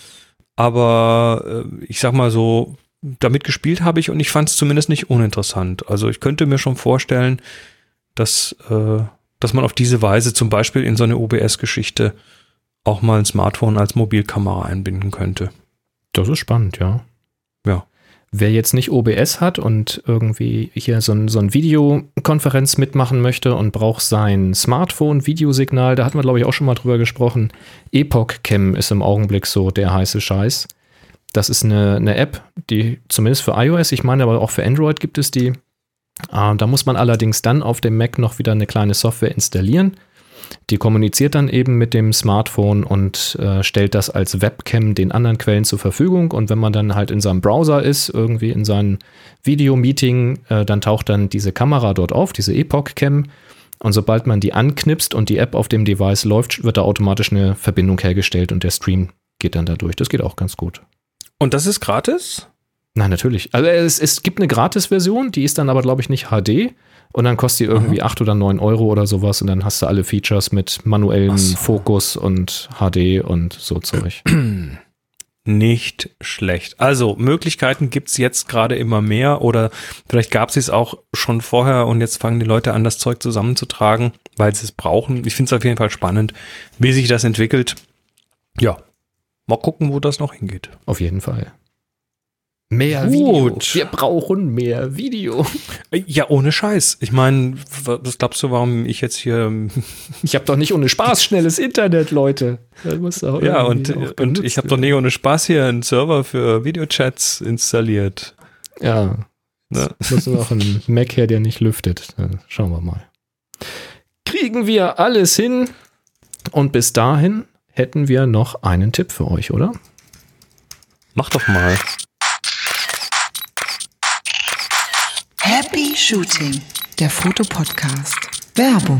aber äh, ich sag mal so, damit gespielt habe ich und ich fand es zumindest nicht uninteressant. Also ich könnte mir schon vorstellen, dass, äh, dass man auf diese Weise zum Beispiel in so eine O B S-Geschichte auch mal ein Smartphone als Mobilkamera einbinden könnte. Das ist spannend, ja. Ja. Wer jetzt nicht O B S hat und irgendwie hier so ein, so ein Videokonferenz mitmachen möchte und braucht sein Smartphone-Videosignal, da hatten wir, glaube ich, auch schon mal drüber gesprochen. Epoch Cam ist im Augenblick so der heiße Scheiß. Das ist eine, eine App, die zumindest für iOS, ich meine aber auch für Android gibt es die. Äh, da muss man allerdings dann auf dem Mac noch wieder eine kleine Software installieren. Die kommuniziert dann eben mit dem Smartphone und äh, stellt das als Webcam den anderen Quellen zur Verfügung. Und wenn man dann halt in seinem Browser ist, irgendwie in seinem Videomeeting, äh, dann taucht dann diese Kamera dort auf, diese Epoch Cam. Und sobald man die anknipst und die App auf dem Device läuft, wird da automatisch eine Verbindung hergestellt und der Stream geht dann da durch. Das geht auch ganz gut. Und das ist gratis? Nein, natürlich. Also es, es gibt eine Gratis-Version, die ist dann aber, glaube ich, nicht H D. Und dann kostet die irgendwie acht oder neun Euro oder sowas und dann hast du alle Features mit manuellem so. Fokus und H D und so Zeug. Nicht schlecht. Also Möglichkeiten gibt es jetzt gerade immer mehr oder vielleicht gab es es auch schon vorher und jetzt fangen die Leute an, das Zeug zusammenzutragen, weil sie es brauchen. Ich finde es auf jeden Fall spannend, wie sich das entwickelt. Ja, mal gucken, wo das noch hingeht. Auf jeden Fall. Mehr Video. Wir brauchen mehr Video. Ja, ohne Scheiß. Ich meine, was glaubst du, warum ich jetzt hier... Ich habe doch nicht ohne Spaß schnelles Internet, Leute. Ja, und, und ich habe doch nicht ohne Spaß hier einen Server für Videochats installiert. Ja. Ne? Muss noch ein Mac her, der nicht lüftet. Dann schauen wir mal. Kriegen wir alles hin. Und bis dahin hätten wir noch einen Tipp für euch, oder? Mach doch mal. Happy Shooting, der Fotopodcast. Werbung.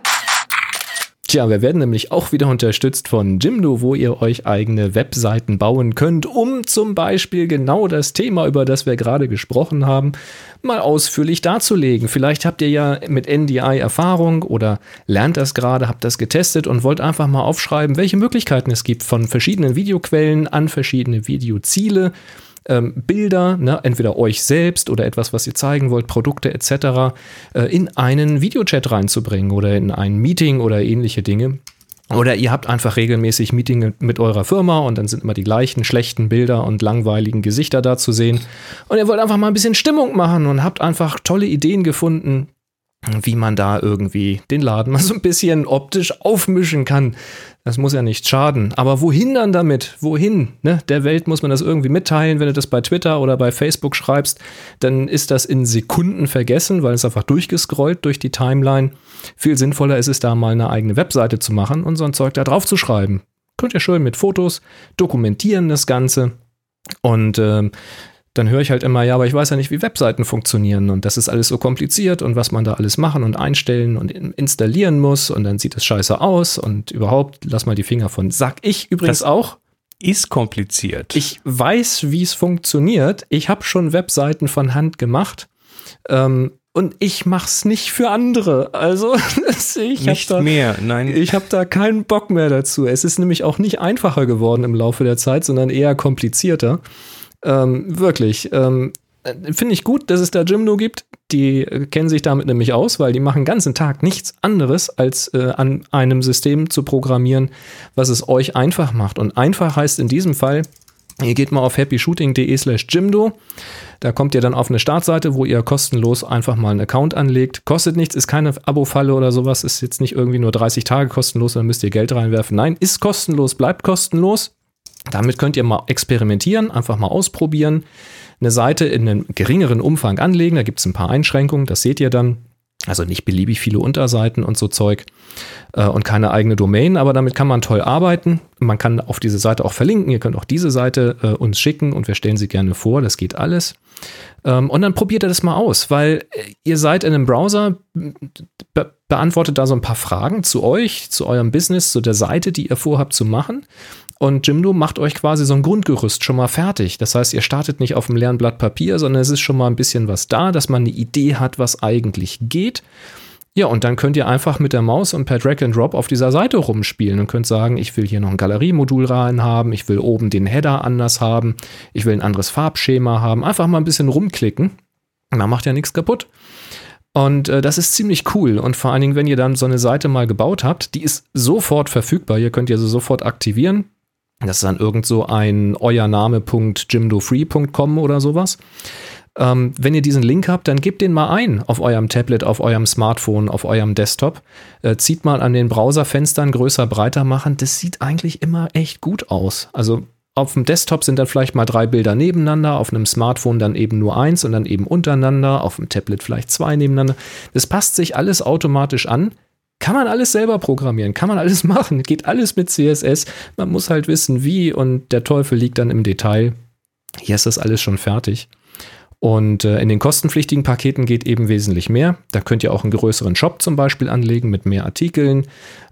Tja, wir werden nämlich auch wieder unterstützt von Jimdo, wo ihr euch eigene Webseiten bauen könnt, um zum Beispiel genau das Thema, über das wir gerade gesprochen haben, mal ausführlich darzulegen. Vielleicht habt ihr ja mit N D I Erfahrung oder lernt das gerade, habt das getestet und wollt einfach mal aufschreiben, welche Möglichkeiten es gibt von verschiedenen Videoquellen an verschiedene Videoziele. Ähm, Bilder, ne, entweder euch selbst oder etwas, was ihr zeigen wollt, Produkte et cetera, äh, in einen Videochat reinzubringen oder in ein Meeting oder ähnliche Dinge. Oder ihr habt einfach regelmäßig Meeting mit eurer Firma und dann sind immer die gleichen schlechten Bilder und langweiligen Gesichter da zu sehen. Und ihr wollt einfach mal ein bisschen Stimmung machen und habt einfach tolle Ideen gefunden, wie man da irgendwie den Laden mal so ein bisschen optisch aufmischen kann. Das muss ja nicht schaden. Aber wohin dann damit? Wohin? Ne? Der Welt muss man das irgendwie mitteilen. Wenn du das bei Twitter oder bei Facebook schreibst, dann ist das in Sekunden vergessen, weil es einfach durchgescrollt durch die Timeline. Viel sinnvoller ist es, da mal eine eigene Webseite zu machen und so ein Zeug da drauf zu schreiben. Könnt ihr schön mit Fotos dokumentieren das Ganze. Und ähm, dann höre ich halt immer, ja, aber ich weiß ja nicht, wie Webseiten funktionieren und das ist alles so kompliziert und was man da alles machen und einstellen und installieren muss und dann sieht es scheiße aus und überhaupt, lass mal die Finger von. Sag ich übrigens das auch. Ist kompliziert. Ich weiß, wie es funktioniert. Ich habe schon Webseiten von Hand gemacht ähm, und ich mach's nicht für andere. Also ich nicht hab da, mehr, nein. Ich habe da keinen Bock mehr dazu. Es ist nämlich auch nicht einfacher geworden im Laufe der Zeit, sondern eher komplizierter. Ähm, wirklich. Ähm, finde ich gut, dass es da Jimdo gibt. Die äh, kennen sich damit nämlich aus, weil die machen den ganzen Tag nichts anderes, als äh, an einem System zu programmieren, was es euch einfach macht. Und einfach heißt in diesem Fall, ihr geht mal auf happyshooting.de slash Jimdo. Da kommt ihr dann auf eine Startseite, wo ihr kostenlos einfach mal einen Account anlegt. Kostet nichts, ist keine Abo-Falle oder sowas. Ist jetzt nicht irgendwie nur dreißig Tage kostenlos, dann müsst ihr Geld reinwerfen. Nein, ist kostenlos, bleibt kostenlos. Damit könnt ihr mal experimentieren, einfach mal ausprobieren, eine Seite in einem geringeren Umfang anlegen, da gibt es ein paar Einschränkungen, das seht ihr dann, also nicht beliebig viele Unterseiten und so Zeug äh, und keine eigene Domain, aber damit kann man toll arbeiten, man kann auf diese Seite auch verlinken, ihr könnt auch diese Seite äh, uns schicken und wir stellen sie gerne vor, das geht alles. Ähm, und dann probiert ihr das mal aus, weil ihr seid in einem Browser, be- beantwortet da so ein paar Fragen zu euch, zu eurem Business, zu der Seite, die ihr vorhabt zu machen. Und Jimdo macht euch quasi so ein Grundgerüst schon mal fertig. Das heißt, ihr startet nicht auf einem leeren Blatt Papier, sondern es ist schon mal ein bisschen was da, dass man eine Idee hat, was eigentlich geht. Ja, und dann könnt ihr einfach mit der Maus und per Drag and Drop auf dieser Seite rumspielen und könnt sagen, ich will hier noch ein Galeriemodul rein haben, ich will oben den Header anders haben, ich will ein anderes Farbschema haben. Einfach mal ein bisschen rumklicken. Man macht ja nichts kaputt. Und äh, das ist ziemlich cool und vor allen Dingen, wenn ihr dann so eine Seite mal gebaut habt, die ist sofort verfügbar, ihr könnt ihr sie sofort aktivieren. Das ist dann irgend so ein euername punkt jimdofree punkt com oder sowas. Ähm, wenn ihr diesen Link habt, dann gebt den mal ein auf eurem Tablet, auf eurem Smartphone, auf eurem Desktop. Äh, zieht mal an den Browserfenstern größer, breiter machen. Das sieht eigentlich immer echt gut aus. Also auf dem Desktop sind dann vielleicht mal drei Bilder nebeneinander, auf einem Smartphone dann eben nur eins und dann eben untereinander, auf dem Tablet vielleicht zwei nebeneinander. Das passt sich alles automatisch an. Kann man alles selber programmieren, kann man alles machen, geht alles mit C S S. Man muss halt wissen, wie und der Teufel liegt dann im Detail. Hier ist das alles schon fertig. Und äh, in den kostenpflichtigen Paketen geht eben wesentlich mehr. Da könnt ihr auch einen größeren Shop zum Beispiel anlegen mit mehr Artikeln.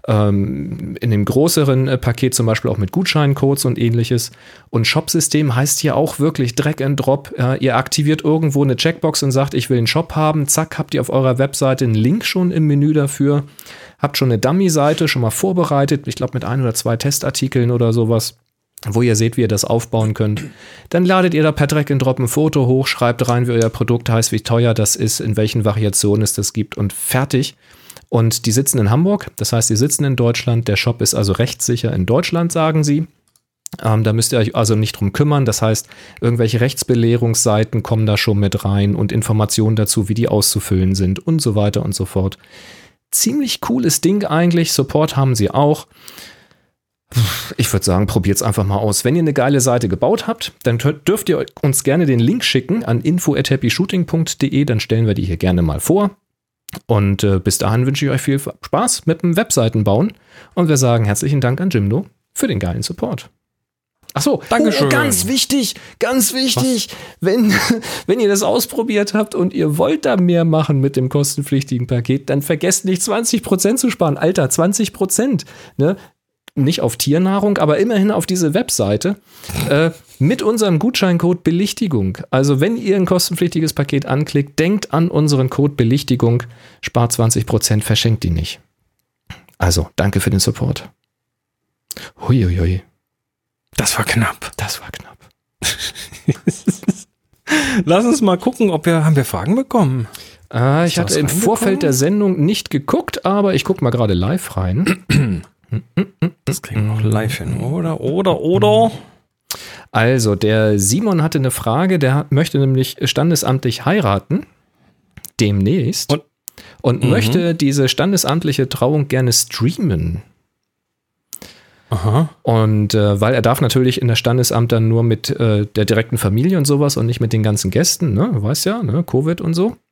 Ähm, in dem größeren äh, Paket zum Beispiel auch mit Gutscheincodes und ähnliches. Und Shop-System heißt hier auch wirklich Drag and Drop. Äh, ihr aktiviert irgendwo eine Checkbox und sagt, ich will einen Shop haben. Zack, habt ihr auf eurer Webseite einen Link schon im Menü dafür. Habt schon eine Dummy-Seite schon mal vorbereitet. Ich glaube mit ein oder zwei Testartikeln oder sowas, wo ihr seht, wie ihr das aufbauen könnt. Dann ladet ihr da per Drag and Drop ein Foto hoch, schreibt rein, wie euer Produkt heißt, wie teuer das ist, in welchen Variationen es das gibt und fertig. Und die sitzen in Hamburg, das heißt, die sitzen in Deutschland. Der Shop ist also rechtssicher in Deutschland, sagen sie. Ähm, da müsst ihr euch also nicht drum kümmern. Das heißt, irgendwelche Rechtsbelehrungsseiten kommen da schon mit rein und Informationen dazu, wie die auszufüllen sind und so weiter und so fort. Ziemlich cooles Ding eigentlich. Support haben sie auch. Ich würde sagen, probiert es einfach mal aus. Wenn ihr eine geile Seite gebaut habt, dann dürft ihr uns gerne den Link schicken an info at happy shooting punkt de, dann stellen wir die hier gerne mal vor. Und äh, bis dahin wünsche ich euch viel Spaß mit dem Webseitenbauen und wir sagen herzlichen Dank an Jimdo für den geilen Support. Achso, Dankeschön. Oh, ganz wichtig, ganz wichtig, wenn, wenn ihr das ausprobiert habt und ihr wollt da mehr machen mit dem kostenpflichtigen Paket, dann vergesst nicht zwanzig Prozent zu sparen. Alter, zwanzig Prozent, ne? Nicht auf Tiernahrung, aber immerhin auf diese Webseite äh, mit unserem Gutscheincode Belichtigung. Also wenn ihr ein kostenpflichtiges Paket anklickt, denkt an unseren Code Belichtigung, spart zwanzig Prozent, verschenkt die nicht. Also, danke für den Support. Huiuiui. Das war knapp. Das war knapp. Lass uns mal gucken, ob wir, haben wir Fragen bekommen? Äh, ich hatte im Vorfeld der Sendung nicht geguckt, aber ich gucke mal gerade live rein. Das kriegen wir auch live hin, oder? Oder, oder? Also, der Simon hatte eine Frage, der hat, möchte nämlich standesamtlich heiraten, demnächst, und, und mhm. möchte diese standesamtliche Trauung gerne streamen. Aha. Und äh, weil er darf natürlich in das Standesamt dann nur mit äh, der direkten Familie und sowas und nicht mit den ganzen Gästen, ne? Du weißt ja, ne? Covid und so.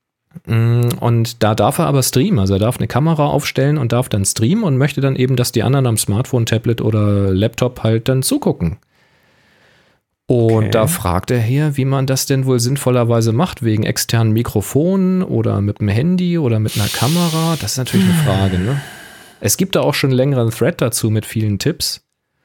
Und da darf er aber streamen, also er darf eine Kamera aufstellen und darf dann streamen und möchte dann eben, dass die anderen am Smartphone, Tablet oder Laptop halt dann zugucken. Und okay. Da fragt er hier, wie man das denn wohl sinnvollerweise macht, wegen externen Mikrofonen oder mit dem Handy oder mit einer Kamera. Das ist natürlich eine Frage, ne? Es gibt da auch schon einen längeren Thread dazu mit vielen Tipps.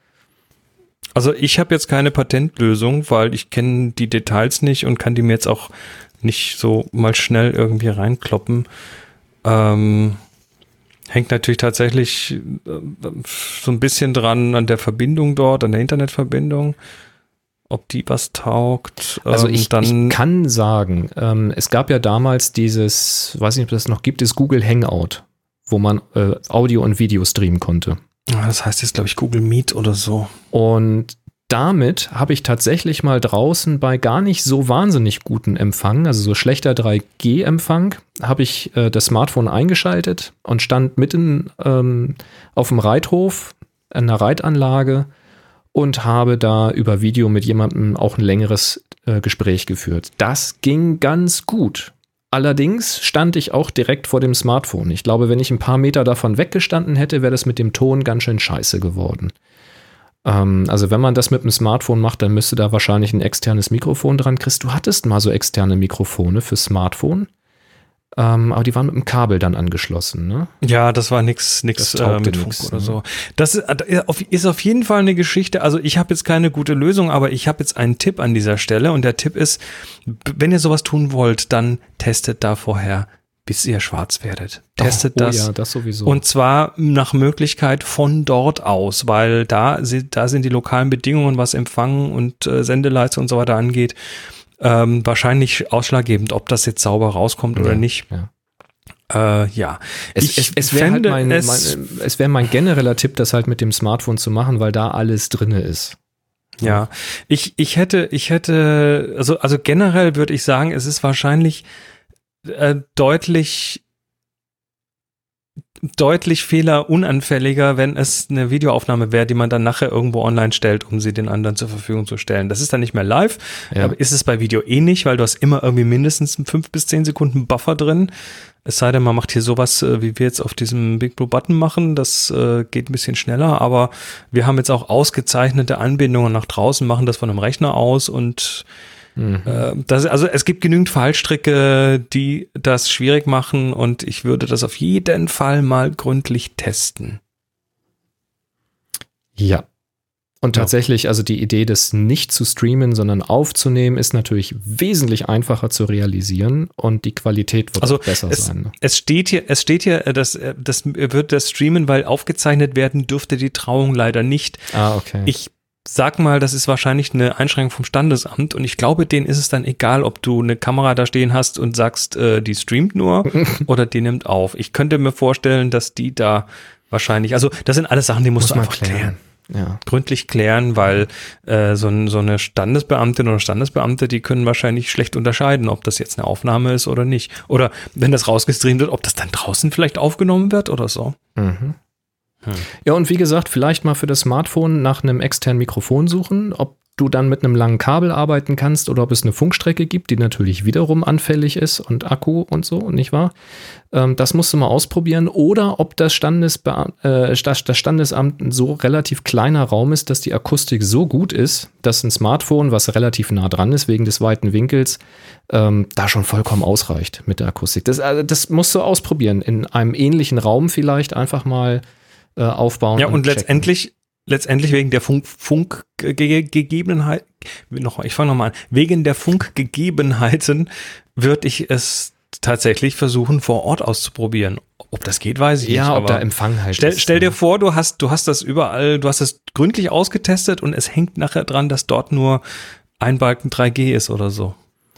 Also ich habe jetzt keine Patentlösung, weil ich kenne die Details nicht und kann die mir jetzt auch nicht so mal schnell irgendwie reinkloppen. Ähm, hängt natürlich tatsächlich äh, so ein bisschen dran an der Verbindung dort, an der Internetverbindung, ob die was taugt. Ähm, also ich, dann ich kann sagen, ähm, es gab ja damals dieses, weiß nicht, ob das noch gibt, ist Google Hangout, wo man äh, Audio und Video streamen konnte. Das heißt jetzt, glaube ich, Google Meet oder so. Und damit habe ich tatsächlich mal draußen bei gar nicht so wahnsinnig guten Empfang, also so schlechter drei G Empfang, habe ich äh, das Smartphone eingeschaltet und stand mitten ähm, auf dem Reithof, in einer Reitanlage und habe da über Video mit jemandem auch ein längeres äh, Gespräch geführt. Das ging ganz gut. Allerdings stand ich auch direkt vor dem Smartphone. Ich glaube, wenn ich ein paar Meter davon weggestanden hätte, wäre das mit dem Ton ganz schön scheiße geworden. Ähm, also wenn man das mit dem Smartphone macht, dann müsste da wahrscheinlich ein externes Mikrofon dran. Chris, du hattest mal so externe Mikrofone für Smartphone, ähm, aber die waren mit dem Kabel dann angeschlossen, ne? Ja, das war nix, nix äh, mit Funk nix, oder so. Das ist auf jeden Fall eine Geschichte. Also ich habe jetzt keine gute Lösung, aber ich habe jetzt einen Tipp an dieser Stelle und der Tipp ist, wenn ihr sowas tun wollt, dann testet da vorher, bis ihr schwarz werdet. Testet oh, das. Oh ja, das sowieso. Und zwar nach Möglichkeit von dort aus, weil da, da sind die lokalen Bedingungen, was Empfang und äh, Sendeleistung und so weiter angeht, ähm, wahrscheinlich ausschlaggebend, ob das jetzt sauber rauskommt ja, oder nicht. Ja. Äh, ja. Es, ich es, es wäre halt mein, es, mein, es wär mein genereller Tipp, das halt mit dem Smartphone zu machen, weil da alles drinne ist. Ja, ich, ich hätte, ich hätte, also, also generell würde ich sagen, es ist wahrscheinlich äh, deutlich deutlich fehlerunanfälliger, wenn es eine Videoaufnahme wäre, die man dann nachher irgendwo online stellt, um sie den anderen zur Verfügung zu stellen. Das ist dann nicht mehr live, ja. Aber ist es bei Video eh nicht, weil du hast immer irgendwie mindestens fünf bis zehn Sekunden Buffer drin. Es sei denn, man macht hier sowas, wie wir jetzt auf diesem Big Blue Button machen. Das äh, geht ein bisschen schneller, aber wir haben jetzt auch ausgezeichnete Anbindungen nach draußen, machen das von einem Rechner aus und Mhm. Äh, das, also es gibt genügend Fallstricke, die das schwierig machen und ich würde das auf jeden Fall mal gründlich testen. Ja. Und tatsächlich, also die Idee, das nicht zu streamen, sondern aufzunehmen, ist natürlich wesentlich einfacher zu realisieren und die Qualität wird also auch besser es, sein. Ne? Es steht hier, es steht hier, das, das wird das streamen, weil aufgezeichnet werden dürfte die Trauung leider nicht. Ah, okay. Ich sag mal, das ist wahrscheinlich eine Einschränkung vom Standesamt und ich glaube, denen ist es dann egal, ob du eine Kamera da stehen hast und sagst, äh, die streamt nur oder die nimmt auf. Ich könnte mir vorstellen, dass die da wahrscheinlich, also das sind alles Sachen, die musst Muss du einfach klären. klären. Ja. Gründlich klären, weil äh, so, ein, so eine Standesbeamtin oder Standesbeamte, die können wahrscheinlich schlecht unterscheiden, ob das jetzt eine Aufnahme ist oder nicht. Oder wenn das rausgestreamt wird, ob das dann draußen vielleicht aufgenommen wird oder so. Mhm. Hm. Ja, und wie gesagt, vielleicht mal für das Smartphone nach einem externen Mikrofon suchen, ob du dann mit einem langen Kabel arbeiten kannst oder ob es eine Funkstrecke gibt, die natürlich wiederum anfällig ist und Akku und so, nicht wahr? Ähm, das musst du mal ausprobieren. Oder ob das, Standesbe- äh, das, das Standesamt ein so relativ kleiner Raum ist, dass die Akustik so gut ist, dass ein Smartphone, was relativ nah dran ist wegen des weiten Winkels, ähm, da schon vollkommen ausreicht mit der Akustik. Das, also das musst du ausprobieren. In einem ähnlichen Raum vielleicht einfach mal äh, aufbauen. Ja, und, und checken. letztendlich Letztendlich wegen der Funk, Funkgegebenheit, noch, ich fange nochmal an, wegen der Funkgegebenheiten würde ich es tatsächlich versuchen, vor Ort auszuprobieren. Ob das geht, weiß ich ja, nicht. Ja, ob da Empfang halt stell, ist. Stell dir vor, du hast, du hast das überall, du hast das gründlich ausgetestet und es hängt nachher dran, dass dort nur ein Balken drei G ist oder so.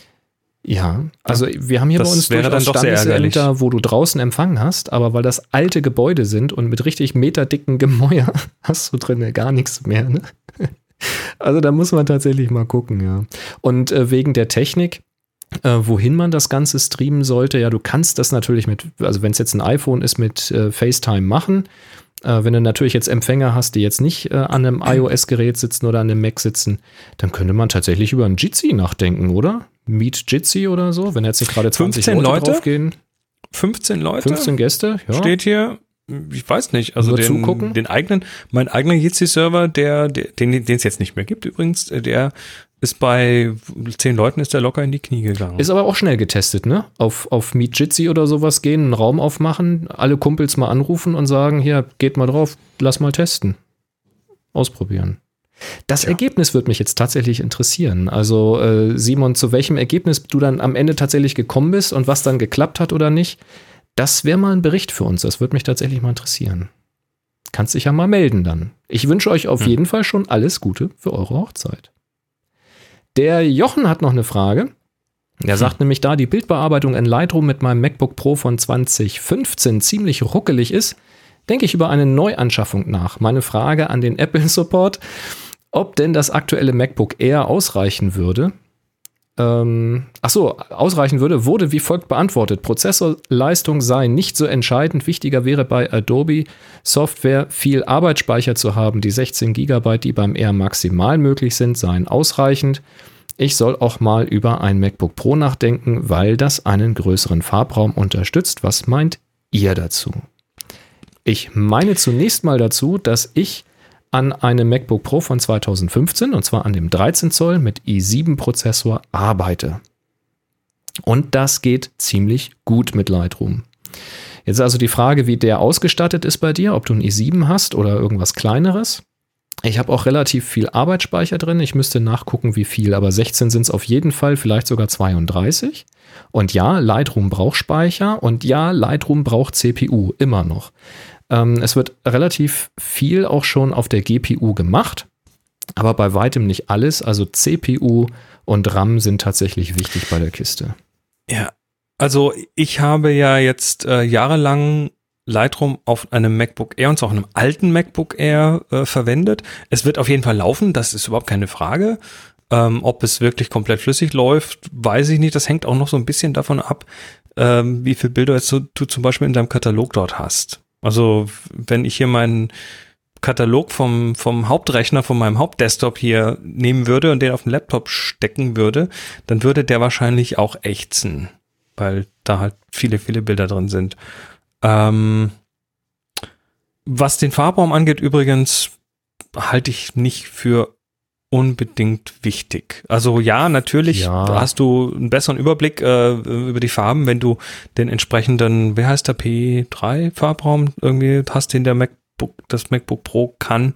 Ja, also wir haben hier das bei uns durchaus Standesämter, wo du draußen Empfang hast, aber weil das alte Gebäude sind und mit richtig meterdicken Gemäuer hast du drin gar nichts mehr. Ne? Also da muss man tatsächlich mal gucken, ja. Und äh, wegen der Technik, äh, wohin man das Ganze streamen sollte, ja, du kannst das natürlich mit, also wenn es jetzt ein iPhone ist, mit äh, FaceTime machen. Äh, wenn du natürlich jetzt Empfänger hast, die jetzt nicht äh, an einem iOS-Gerät sitzen oder an einem Mac sitzen, dann könnte man tatsächlich über ein Jitsi nachdenken, oder? Meet Jitsi oder so, wenn jetzt nicht gerade zwanzig Leute, Leute draufgehen. fünfzehn Leute? fünfzehn Gäste, ja. Steht hier, ich weiß nicht, also Nur den, zugucken? den eigenen, mein eigener Jitsi-Server, der, der, den den es jetzt nicht mehr gibt übrigens, der ist bei zehn Leuten ist der locker in die Knie gegangen. Ist aber auch schnell getestet, ne? Auf, auf Meet Jitsi oder sowas gehen, einen Raum aufmachen, alle Kumpels mal anrufen und sagen, hier, geht mal drauf, lass mal testen. Ausprobieren. Das ja. Ergebnis würde mich jetzt tatsächlich interessieren. Also äh, Simon, zu welchem Ergebnis du dann am Ende tatsächlich gekommen bist und was dann geklappt hat oder nicht, das wäre mal ein Bericht für uns. Das würde mich tatsächlich mal interessieren. Kannst dich ja mal melden dann. Ich wünsche euch auf hm. jeden Fall schon alles Gute für eure Hochzeit. Der Jochen hat noch eine Frage. Er sagt hm. nämlich, da die Bildbearbeitung in Lightroom mit meinem MacBook Pro von zwanzig fünfzehn ziemlich ruckelig ist, denke ich über eine Neuanschaffung nach. Meine Frage an den Apple Support, ob denn das aktuelle MacBook Air ausreichen würde. Ähm, ach so, ausreichen würde, wurde wie folgt beantwortet. Prozessorleistung sei nicht so entscheidend. Wichtiger wäre bei Adobe Software viel Arbeitsspeicher zu haben. Die sechzehn Gigabyte, die beim Air maximal möglich sind, seien ausreichend. Ich soll auch mal über ein MacBook Pro nachdenken, weil das einen größeren Farbraum unterstützt. Was meint ihr dazu? Ich meine zunächst mal dazu, dass ich an einem MacBook Pro von zweitausendfünfzehn, und zwar an dem dreizehn Zoll mit i sieben Prozessor arbeite. Und das geht ziemlich gut mit Lightroom. Jetzt also die Frage, wie der ausgestattet ist bei dir, ob du ein i sieben hast oder irgendwas Kleineres. Ich habe auch relativ viel Arbeitsspeicher drin. Ich müsste nachgucken, wie viel, aber sechzehn sind es auf jeden Fall, vielleicht sogar zweiunddreißig. Und ja, Lightroom braucht Speicher und ja, Lightroom braucht C P U, immer noch. Ähm, es wird relativ viel auch schon auf der G P U gemacht, aber bei weitem nicht alles. Also C P U und RAM sind tatsächlich wichtig bei der Kiste. Ja, also ich habe ja jetzt äh, jahrelang Lightroom auf einem MacBook Air und zwar auch einem alten MacBook Air äh, verwendet. Es wird auf jeden Fall laufen, das ist überhaupt keine Frage. Ähm, ob es wirklich komplett flüssig läuft, weiß ich nicht. Das hängt auch noch so ein bisschen davon ab, ähm, wie viele Bilder jetzt so, du zum Beispiel in deinem Katalog dort hast. Also wenn ich hier meinen Katalog vom, vom Hauptrechner, von meinem Hauptdesktop hier nehmen würde und den auf den Laptop stecken würde, dann würde der wahrscheinlich auch ächzen, weil da halt viele, viele Bilder drin sind. Ähm, was den Farbraum angeht übrigens, halte ich nicht für unbedingt wichtig. Also ja, natürlich ja. hast du einen besseren Überblick äh, über die Farben, wenn du den entsprechenden, wie heißt der, P drei Farbraum irgendwie hast, den der MacBook, das MacBook Pro kann.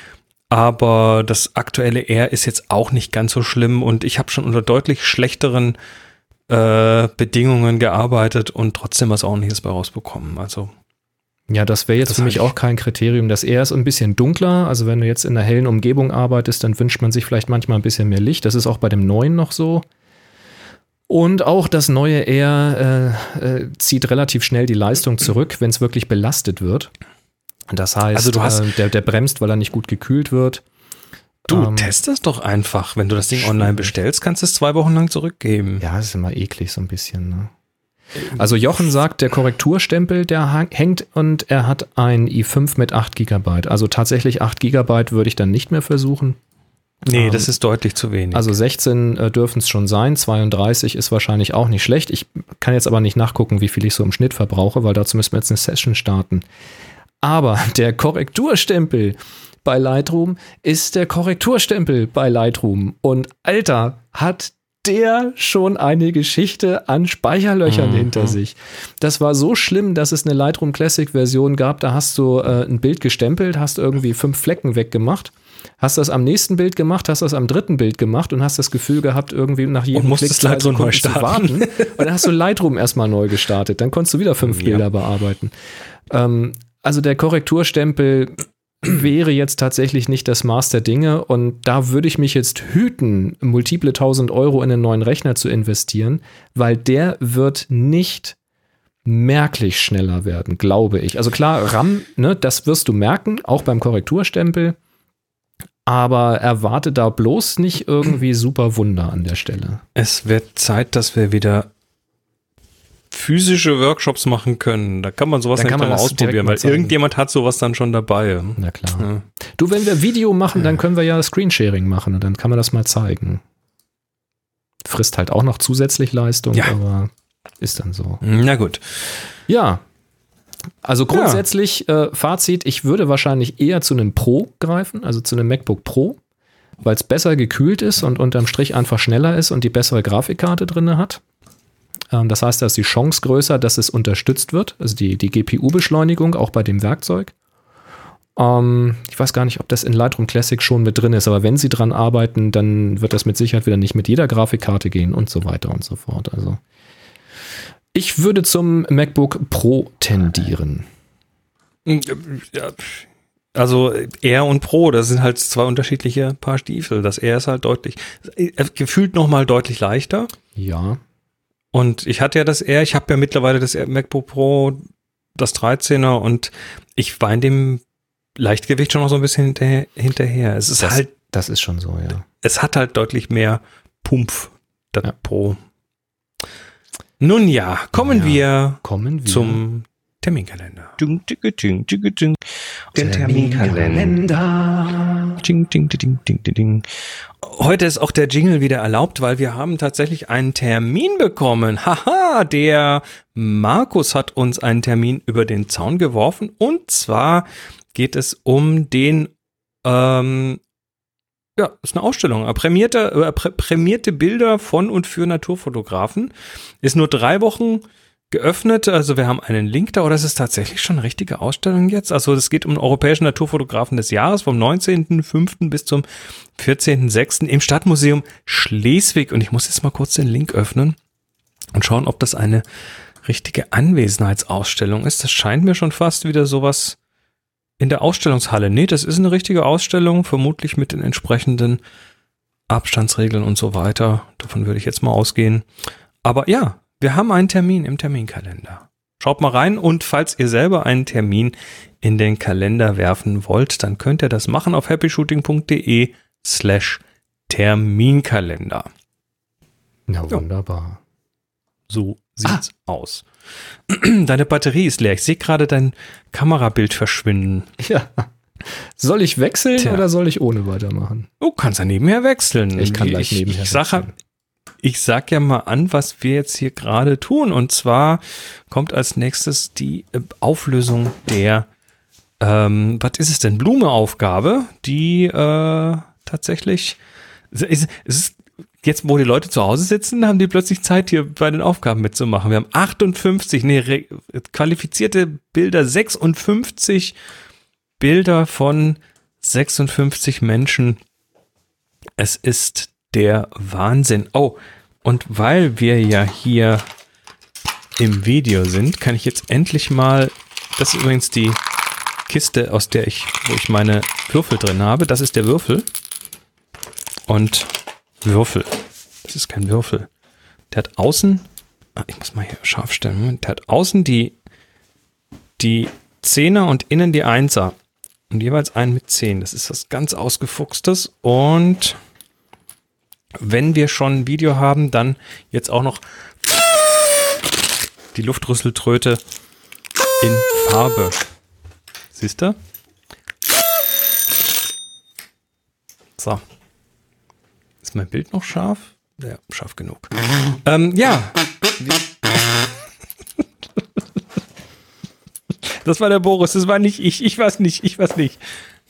Aber das aktuelle Air ist jetzt auch nicht ganz so schlimm und ich habe schon unter deutlich schlechteren äh, Bedingungen gearbeitet und trotzdem was Ordentliches bei rausbekommen. Also ja, das wäre jetzt das für mich auch kein Kriterium. Das Air ist ein bisschen dunkler. Also wenn du jetzt in einer hellen Umgebung arbeitest, dann wünscht man sich vielleicht manchmal ein bisschen mehr Licht. Das ist auch bei dem neuen noch so. Und auch das neue Air äh, äh, zieht relativ schnell die Leistung zurück, wenn es wirklich belastet wird. Das heißt, also du hast, äh, der, der bremst, weil er nicht gut gekühlt wird. Du ähm, test es doch einfach. Wenn du das Ding online bestellst, kannst du es zwei Wochen lang zurückgeben. Ja, das ist immer eklig so ein bisschen, ne? Also Jochen sagt, der Korrekturstempel, der hängt und er hat ein i fünf mit acht Gigabyte. Also tatsächlich acht Gigabyte würde ich dann nicht mehr versuchen. Nee, ähm, das ist deutlich zu wenig. Also sechzehn äh, dürfen es schon sein, zweiunddreißig ist wahrscheinlich auch nicht schlecht. Ich kann jetzt aber nicht nachgucken, wie viel ich so im Schnitt verbrauche, weil dazu müssen wir jetzt eine Session starten. Aber der Korrekturstempel bei Lightroom ist der Korrekturstempel bei Lightroom. Und Alter, hat der schon eine Geschichte an Speicherlöchern mhm. hinter sich. Das war so schlimm, dass es eine Lightroom Classic Version gab, da hast du äh, ein Bild gestempelt, hast irgendwie fünf Flecken weggemacht, hast das am nächsten Bild gemacht, hast das am dritten Bild gemacht und hast das Gefühl gehabt, irgendwie nach jedem Klick zwei Lightroom neu Sekunden zu warten. Und dann hast du Lightroom erstmal neu gestartet, dann konntest du wieder fünf ja. Bilder bearbeiten. Ähm, also der Korrekturstempel wäre jetzt tatsächlich nicht das Maß der Dinge und da würde ich mich jetzt hüten, multiple tausend Euro in einen neuen Rechner zu investieren, weil der wird nicht merklich schneller werden, glaube ich. Also klar, RAM, ne, das wirst du merken, auch beim Korrekturstempel, aber erwarte da bloß nicht irgendwie super Wunder an der Stelle. Es wird Zeit, dass wir wieder physische Workshops machen können. Da kann man sowas dann mal ausprobieren, weil zeigen. Irgendjemand hat sowas dann schon dabei. Na klar. Ja. Du, wenn wir Video machen, dann können wir ja Screensharing machen und dann kann man das mal zeigen. Frisst halt auch noch zusätzlich Leistung, ja. aber ist dann so. Na gut. Ja. Also grundsätzlich ja. äh, Fazit, ich würde wahrscheinlich eher zu einem Pro greifen, also zu einem MacBook Pro, weil es besser gekühlt ist und unterm Strich einfach schneller ist und die bessere Grafikkarte drin hat. Das heißt, da ist die Chance größer, dass es unterstützt wird, also die, die G P U-Beschleunigung auch bei dem Werkzeug. Ähm, ich weiß gar nicht, ob das in Lightroom Classic schon mit drin ist, aber wenn sie dran arbeiten, dann wird das mit Sicherheit wieder nicht mit jeder Grafikkarte gehen und so weiter und so fort. Also ich würde zum MacBook Pro tendieren. Ja, also Air und Pro, das sind halt zwei unterschiedliche Paar Stiefel. Das Air ist halt deutlich, gefühlt nochmal deutlich leichter. Ja. Und ich hatte ja das Air, ich habe ja mittlerweile das MacBook Pro, das dreizehner und ich war in dem Leichtgewicht schon noch so ein bisschen hinterher. hinterher. Es ist das, halt, das ist schon so, ja. Es hat halt deutlich mehr Pumpf, das ja. Pro. Nun ja, kommen, ja, wir, kommen wir zum Terminkalender. Ding, ding, ding, ding, ding. Den Terminkalender. Ding, ding, ding, ding, ding, ding. Heute ist auch der Jingle wieder erlaubt, weil wir haben tatsächlich einen Termin bekommen. Haha, der Markus hat uns einen Termin über den Zaun geworfen. Und zwar geht es um den, ähm, ja, ist eine Ausstellung. Prämierte, äh, prä- prämierte Bilder von und für Naturfotografen. Ist nur drei Wochen geöffnet, also wir haben einen Link da, oder ist es tatsächlich schon eine richtige Ausstellung jetzt? Also es geht um den Europäischen Naturfotografen des Jahres vom neunzehnten fünften bis zum vierzehnten sechsten im Stadtmuseum Schleswig und ich muss jetzt mal kurz den Link öffnen und schauen, ob das eine richtige Anwesenheitsausstellung ist. Das scheint mir schon fast wieder sowas in der Ausstellungshalle. Nee, das ist eine richtige Ausstellung, vermutlich mit den entsprechenden Abstandsregeln und so weiter. Davon würde ich jetzt mal ausgehen. Aber ja, wir haben einen Termin im Terminkalender. Schaut mal rein und falls ihr selber einen Termin in den Kalender werfen wollt, dann könnt ihr das machen auf happyshooting.de slash Terminkalender. Na wunderbar. So sieht's ah. aus. Deine Batterie ist leer. Ich sehe gerade dein Kamerabild verschwinden. Ja. Soll ich wechseln Tja. oder soll ich ohne weitermachen? Du kannst ja nebenher wechseln. Ich kann gleich ich, nebenher ich sag, wechseln. Ich sag ja mal an, was wir jetzt hier gerade tun. Und zwar kommt als nächstes die Auflösung der, ähm, was ist es denn, Blume-Aufgabe, die äh, tatsächlich, es ist, es ist jetzt, wo die Leute zu Hause sitzen, haben die plötzlich Zeit, hier bei den Aufgaben mitzumachen. Wir haben achtundfünfzig, nee, re, qualifizierte Bilder, sechsundfünfzig Bilder von sechsundfünfzig Menschen. Es ist der Wahnsinn. Oh, und weil wir ja hier im Video sind, kann ich jetzt endlich mal, das ist übrigens die Kiste, aus der ich, wo ich meine Würfel drin habe. Das ist der Würfel. Und Würfel. Das ist kein Würfel. Der hat außen, ah, ich muss mal hier scharf stellen, der hat außen die, die Zehner und innen die Einser. Und jeweils einen mit zehn. Das ist was ganz Ausgefuchstes. Und wenn wir schon ein Video haben, dann jetzt auch noch die Luftrüsseltröte in Farbe. Siehst du? So. Ist mein Bild noch scharf? Ja, scharf genug. ähm, ja. Das war der Boris, das war nicht ich. Ich weiß nicht, ich weiß nicht.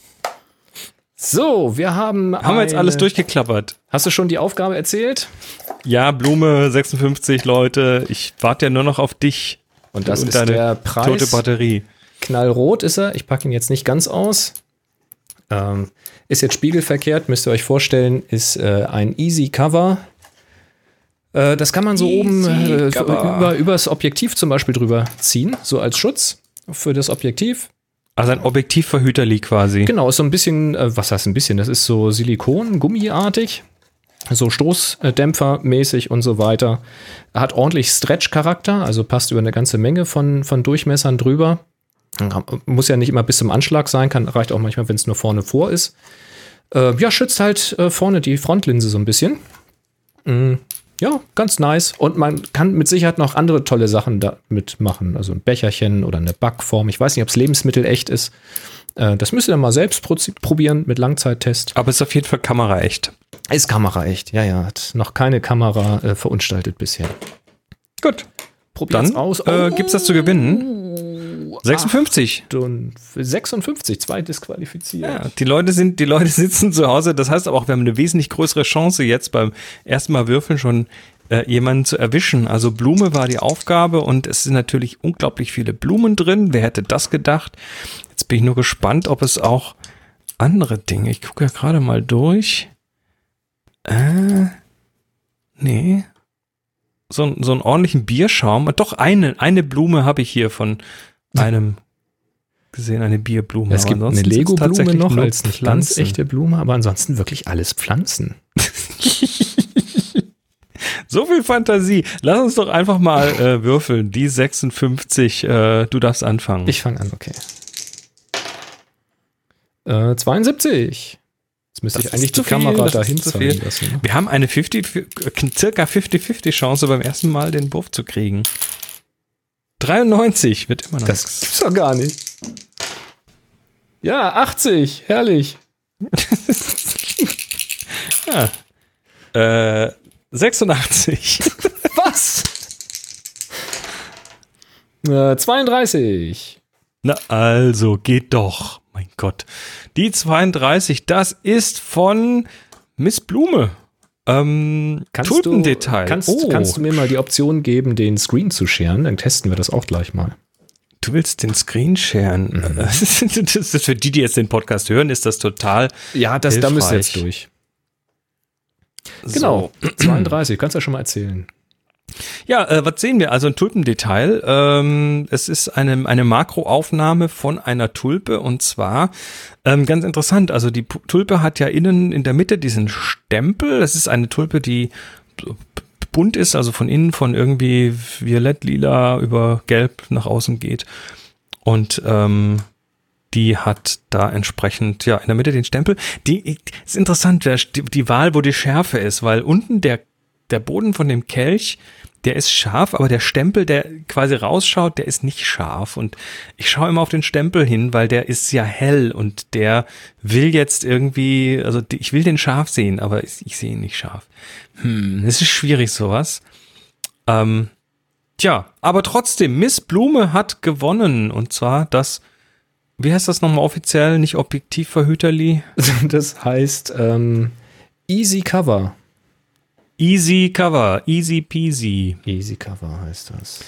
So, wir haben Haben wir jetzt alles durchgeklappert? Hast du schon die Aufgabe erzählt? Ja, Blume, sechsundfünfzig Leute. Ich warte ja nur noch auf dich. Und das und ist deine der Preis. Tote Batterie. Knallrot ist er. Ich packe ihn jetzt nicht ganz aus. Ähm, ist jetzt spiegelverkehrt, müsst ihr euch vorstellen, ist äh, ein Easy Cover. Äh, das kann man so Easy oben äh, über, über das Objektiv zum Beispiel drüber ziehen, so als Schutz für das Objektiv. Also ein Objektivverhüterli quasi. Genau, ist so ein bisschen, äh, was heißt ein bisschen, das ist so Silikon, gummiartig, so Stoßdämpfermäßig und so weiter. Hat ordentlich Stretch-Charakter, also passt über eine ganze Menge von, von Durchmessern drüber. Muss ja nicht immer bis zum Anschlag sein, kann, reicht auch manchmal, wenn es nur vorne vor ist. Äh, ja, schützt halt äh, vorne die Frontlinse so ein bisschen. Mm, ja, ganz nice. Und man kann mit Sicherheit noch andere tolle Sachen damit machen. Also ein Becherchen oder eine Backform. Ich weiß nicht, ob es Lebensmittel echt ist. Äh, das müsst ihr dann mal selbst probieren mit Langzeittest. Aber es ist auf jeden Fall kameraecht. Ist kameraecht, ja, ja. Hat noch keine Kamera äh, verunstaltet bisher. Gut. Probiert's dann aus. Oh. Äh, gibt's das zu gewinnen? sechsundfünfzig. Und sechsundfünfzig, zwei disqualifiziert. Ja, die Leute sind, die Leute sitzen zu Hause. Das heißt aber auch, wir haben eine wesentlich größere Chance jetzt beim ersten Mal würfeln schon äh, jemanden zu erwischen. Also Blume war die Aufgabe und es sind natürlich unglaublich viele Blumen drin. Wer hätte das gedacht? Jetzt bin ich nur gespannt, ob es auch andere Dinge. Ich gucke ja gerade mal durch. Äh, nee. So, so einen ordentlichen Bierschaum. Doch, eine, eine Blume habe ich hier von einem gesehen, eine Bierblume. Es gibt eine Lego-Blume noch als eine ganz echte Blume, aber ansonsten wirklich alles Pflanzen. So viel Fantasie. Lass uns doch einfach mal äh, würfeln. Die sechsundfünfzig, äh, du darfst anfangen. Ich fange an, okay. Äh, zweiundsiebzig. Jetzt müsste ich eigentlich die Kamera dahin zeigen lassen. Ne? Wir haben eine fünfzig, circa fünfzig fünfzig Chance beim ersten Mal den Wurf zu kriegen. dreiundneunzig wird immer noch. Das gibt's doch gar nicht. Ja, achtzig, herrlich. ja. Äh, sechsundachtzig. Was? äh, zweiunddreißig. Na also, geht doch. Mein Gott. Die zweiunddreißig, das ist von Miss Blume. Ähm, kannst Tulpendetail. Du, kannst, oh. kannst du mir mal die Option geben, den Screen zu scheren? Dann testen wir das auch gleich mal. Du willst den Screen sharen? Mhm. Das ist für die, die jetzt den Podcast hören, ist das total Ja, das, da müsst ihr jetzt durch. So. Genau, zweiunddreißig, kannst du ja schon mal erzählen. Ja, äh, was sehen wir? Also ein Tulpendetail. Ähm, es ist eine, eine Makroaufnahme von einer Tulpe und zwar ähm, ganz interessant. Also die P- Tulpe hat ja innen in der Mitte diesen Stempel. Das ist eine Tulpe, die bunt ist, also von innen von irgendwie violett, lila über gelb nach außen geht. Und ähm, die hat da entsprechend ja in der Mitte den Stempel. Die ist interessant, die, die Wahl, wo die Schärfe ist, weil unten der der Boden von dem Kelch, der ist scharf, aber der Stempel, der quasi rausschaut, der ist nicht scharf. Und ich schaue immer auf den Stempel hin, weil der ist ja hell und der will jetzt irgendwie, also ich will den scharf sehen, aber ich sehe ihn nicht scharf. Hm, das ist schwierig sowas. Ähm, tja, aber trotzdem, Miss Blume hat gewonnen und zwar das, wie heißt das nochmal offiziell, nicht Objektivverhüterli? Das heißt ähm, Easy Cover. Easy Cover, easy peasy. Easy Cover heißt das.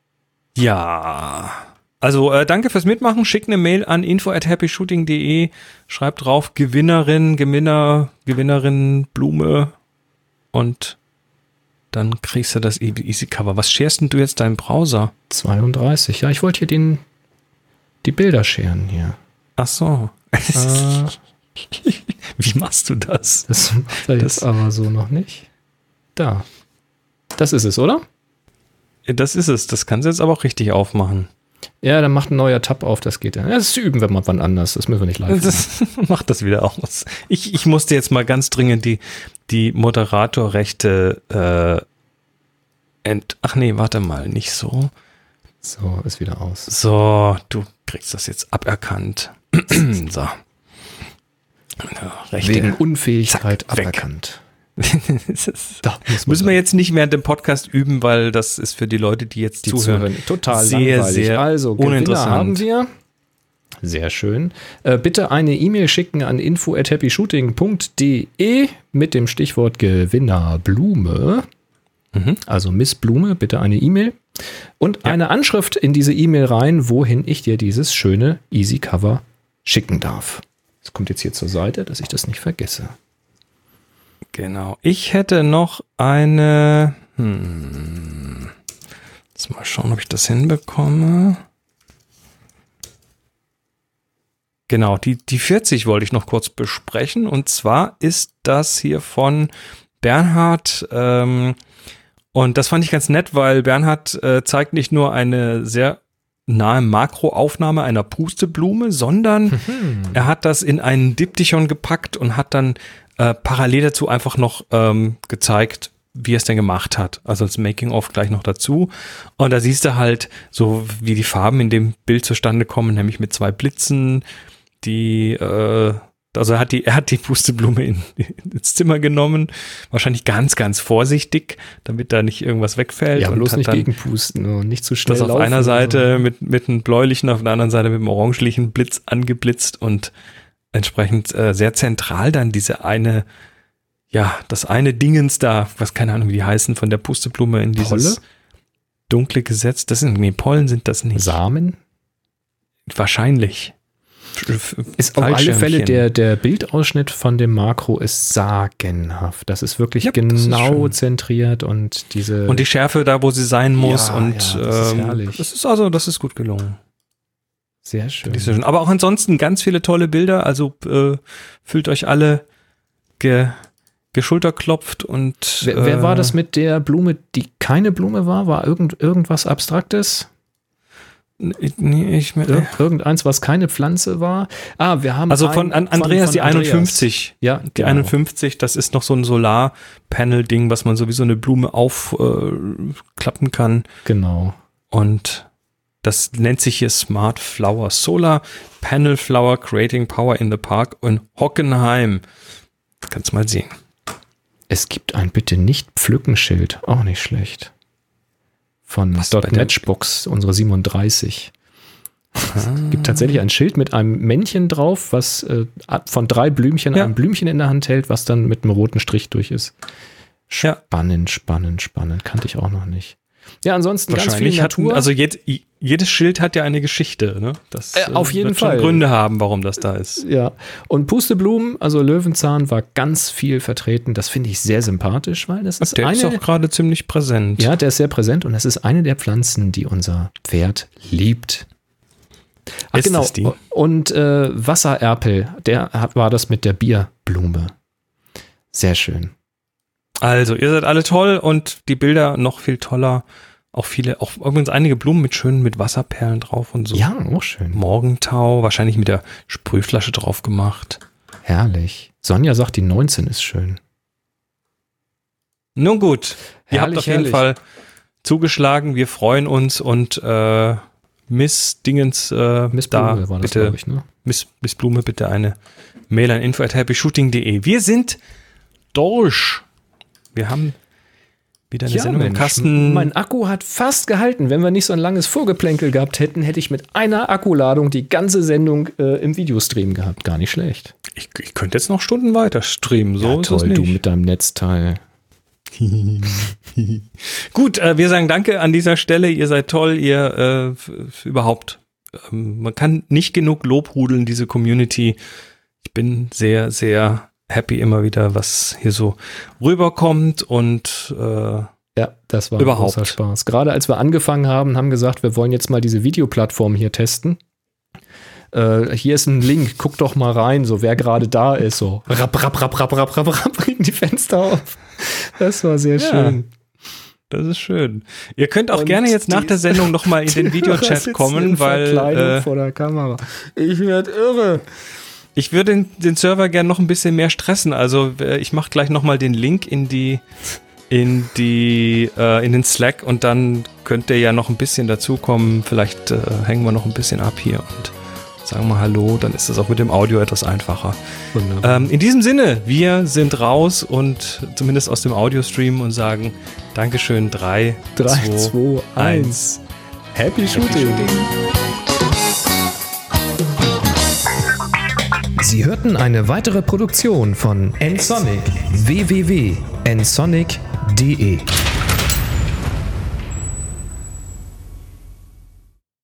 Ja, also äh, danke fürs Mitmachen. Schickt eine Mail an info at happy shooting dot de. Schreibt drauf Gewinnerin, Gewinner, Gewinnerin, Blume und dann kriegst du das Easy Cover. Was scherst denn du jetzt deinen Browser? zweiunddreißig, ja, ich wollte hier den, die Bilder scheren hier. Ach so. Äh, Wie machst du das? Das macht er jetzt das aber so noch nicht. Da. Das ist es, oder? Das ist es. Das kannst du jetzt aber auch richtig aufmachen. Ja, dann macht ein neuer Tab auf, das geht ja. Das üben wir mal wann anders, das müssen wir nicht live das, Mach das wieder aus. Ich, ich musste jetzt mal ganz dringend die, die Moderatorrechte äh, ent... Ach nee, warte mal, nicht so. So, ist wieder aus. So, du kriegst das jetzt aberkannt. So. Ja, Rechte. Wegen Unfähigkeit Zack, weg. aberkannt. das Da muss müssen wir jetzt nicht während dem Podcast üben, weil das ist für die Leute, die jetzt die zuhören, zuhören, total sehr, langweilig. sehr also, Gewinner uninteressant. haben wir. Sehr schön. Äh, bitte eine E-Mail schicken an info at happy shooting punkt de mit dem Stichwort Gewinner Blume. Mhm. Also Miss Blume, bitte eine E-Mail. Und Ja. eine Anschrift in diese E-Mail rein, wohin ich dir dieses schöne Easy Cover schicken darf. Das kommt jetzt hier zur Seite, dass ich das nicht vergesse. Genau. Ich hätte noch eine. Hm, jetzt mal schauen, ob ich das hinbekomme. Genau, die, die vierzig wollte ich noch kurz besprechen. Und zwar ist das hier von Bernhard. Ähm, und das fand ich ganz nett, weil Bernhard äh, zeigt nicht nur eine sehr nahe Makroaufnahme einer Pusteblume, sondern er hat das in einen Diptychon gepackt und hat dann äh, parallel dazu einfach noch ähm, gezeigt, wie er es denn gemacht hat. Also das Making-of gleich noch dazu. Und da siehst du halt so, wie die Farben in dem Bild zustande kommen, nämlich mit zwei Blitzen, die, äh, also er hat die, er hat die Pusteblume in, ins Zimmer genommen, wahrscheinlich ganz, ganz vorsichtig, damit da nicht irgendwas wegfällt. Ja, und bloß hat nicht dann gegenpusten und nicht zu schnell das auf laufen einer oder Seite so. mit, mit einem bläulichen, auf der anderen Seite mit einem orangelichen Blitz angeblitzt und entsprechend äh, sehr zentral dann diese eine, ja, das eine Dingens da, was keine Ahnung, wie die heißen, von der Pusteblume in dieses Polle? dunkle Gesetz. Das sind, nee, Pollen sind das nicht. Samen? Wahrscheinlich. Ist auf alle Fälle Fallschirmchen. der, der Bildausschnitt von dem Makro ist sagenhaft. Das ist wirklich Ja, das ist genau schön. zentriert und diese. Und die Schärfe da, wo sie sein muss. Ja, und ja, das ist ähm, herrlich. das ist also, das ist gut gelungen. sehr schön. Sehr schön. Aber auch ansonsten ganz viele tolle Bilder. Also äh, fühlt euch alle ge, geschulterklopft und. Wer, wer äh, war das mit der Blume, die keine Blume war? War irgend, irgendwas Abstraktes? Nee, ich, Ir irgendeins, was keine Pflanze war? Ah, wir haben. also ein- von an, Andreas von die Andreas. einundfünfzig. Ja, Die genau. einundfünfzig, das ist noch so ein Solarpanel-Ding, was man sowieso eine Blume aufklappen äh, klappen kann. Genau. Und das nennt sich hier Smart Flower. Solar Panel Flower Creating Power in the Park in Hockenheim. Kannst mal sehen. Es gibt ein Bitte nicht Pflückenschild. Auch nicht schlecht. Von Was bei der- Matchbox, unsere siebenunddreißig. Es gibt tatsächlich ein Schild mit einem Männchen drauf, was äh, von drei Blümchen Ja. ein Blümchen in der Hand hält, was dann mit einem roten Strich durch ist. Ja. Spannend, spannend, spannend. Kannte ich auch noch nicht. Ja, ansonsten ganz viel Wahrscheinlich hat, Natur. also jed, jedes Schild hat ja eine Geschichte, ne? Das Äh, auf jeden wird Fall. schon Gründe haben, warum das da ist. Ja, und Pusteblumen, also Löwenzahn, war ganz viel vertreten. Das finde ich sehr sympathisch, weil das ist Der eine. ist auch gerade ziemlich präsent. Ja, der ist sehr präsent und das ist eine der Pflanzen, die unser Pferd liebt. Ach, Ist genau. das die? Und äh, Wassererpel, der hat, war das mit der Bierblume. Sehr schön. Also, ihr seid alle toll und die Bilder noch viel toller. Auch viele, auch übrigens einige Blumen mit schönen, mit Wasserperlen drauf und so. Ja, auch schön. Morgentau, wahrscheinlich mit der Sprühflasche drauf gemacht. Herrlich. Sonja sagt, die neunzehn ist schön. Nun gut, ihr habt Herrlich, auf jeden herrlich. Fall zugeschlagen. Wir freuen uns und äh, Miss Dingens, äh, Miss da Blume war das, bitte, glaube ich, ne? Miss, Miss Blume, bitte eine Mail an info at happy shooting punkt de. Wir sind durch. Wir haben wieder eine Sendung im Kasten. Mein Akku hat fast gehalten. Wenn wir nicht so ein langes Vorgeplänkel gehabt hätten, hätte ich mit einer Akkuladung die ganze Sendung äh, im Videostream gehabt. Gar nicht schlecht. Ich, ich könnte jetzt noch Stunden weiter streamen. So ja, ist es toll, nicht. du mit deinem Netzteil. Gut, äh, wir sagen Danke an dieser Stelle. Ihr seid toll. Ihr äh, f- f- überhaupt. Ähm, man kann nicht genug lobhudeln, diese Community. Ich bin sehr, sehr happy immer wieder, was hier so rüberkommt und äh, Ja, das war Überhaupt. großer Spaß. Gerade als wir angefangen haben, haben gesagt, wir wollen jetzt mal diese Videoplattform hier testen. Äh, hier ist ein Link, guck doch mal rein, so wer gerade da ist, so rapp, rapp, rapp, rapp, rapp, rapp, rapp, bringen die Fenster auf. Das war sehr Ja. schön. das ist schön. Ihr könnt auch Und gerne jetzt nach die- der Sendung nochmal in den Die Hörer Videochat sitzen kommen, in weil Verkleidung äh, vor der Kamera. Ich werde irre. ich würde den, den Server gerne noch ein bisschen mehr stressen. Also äh, ich mache gleich nochmal den Link in die in die äh, in den Slack und dann könnt ihr ja noch ein bisschen dazukommen. Vielleicht äh, hängen wir noch ein bisschen ab hier und sagen mal Hallo, dann ist das auch mit dem Audio etwas einfacher. Ähm, in diesem Sinne, wir sind raus und zumindest aus dem Audio-Stream und sagen Dankeschön, drei, zwei, eins. Happy Shooting! Sie hörten eine weitere Produktion von nsonic. w w w punkt nsonic punkt de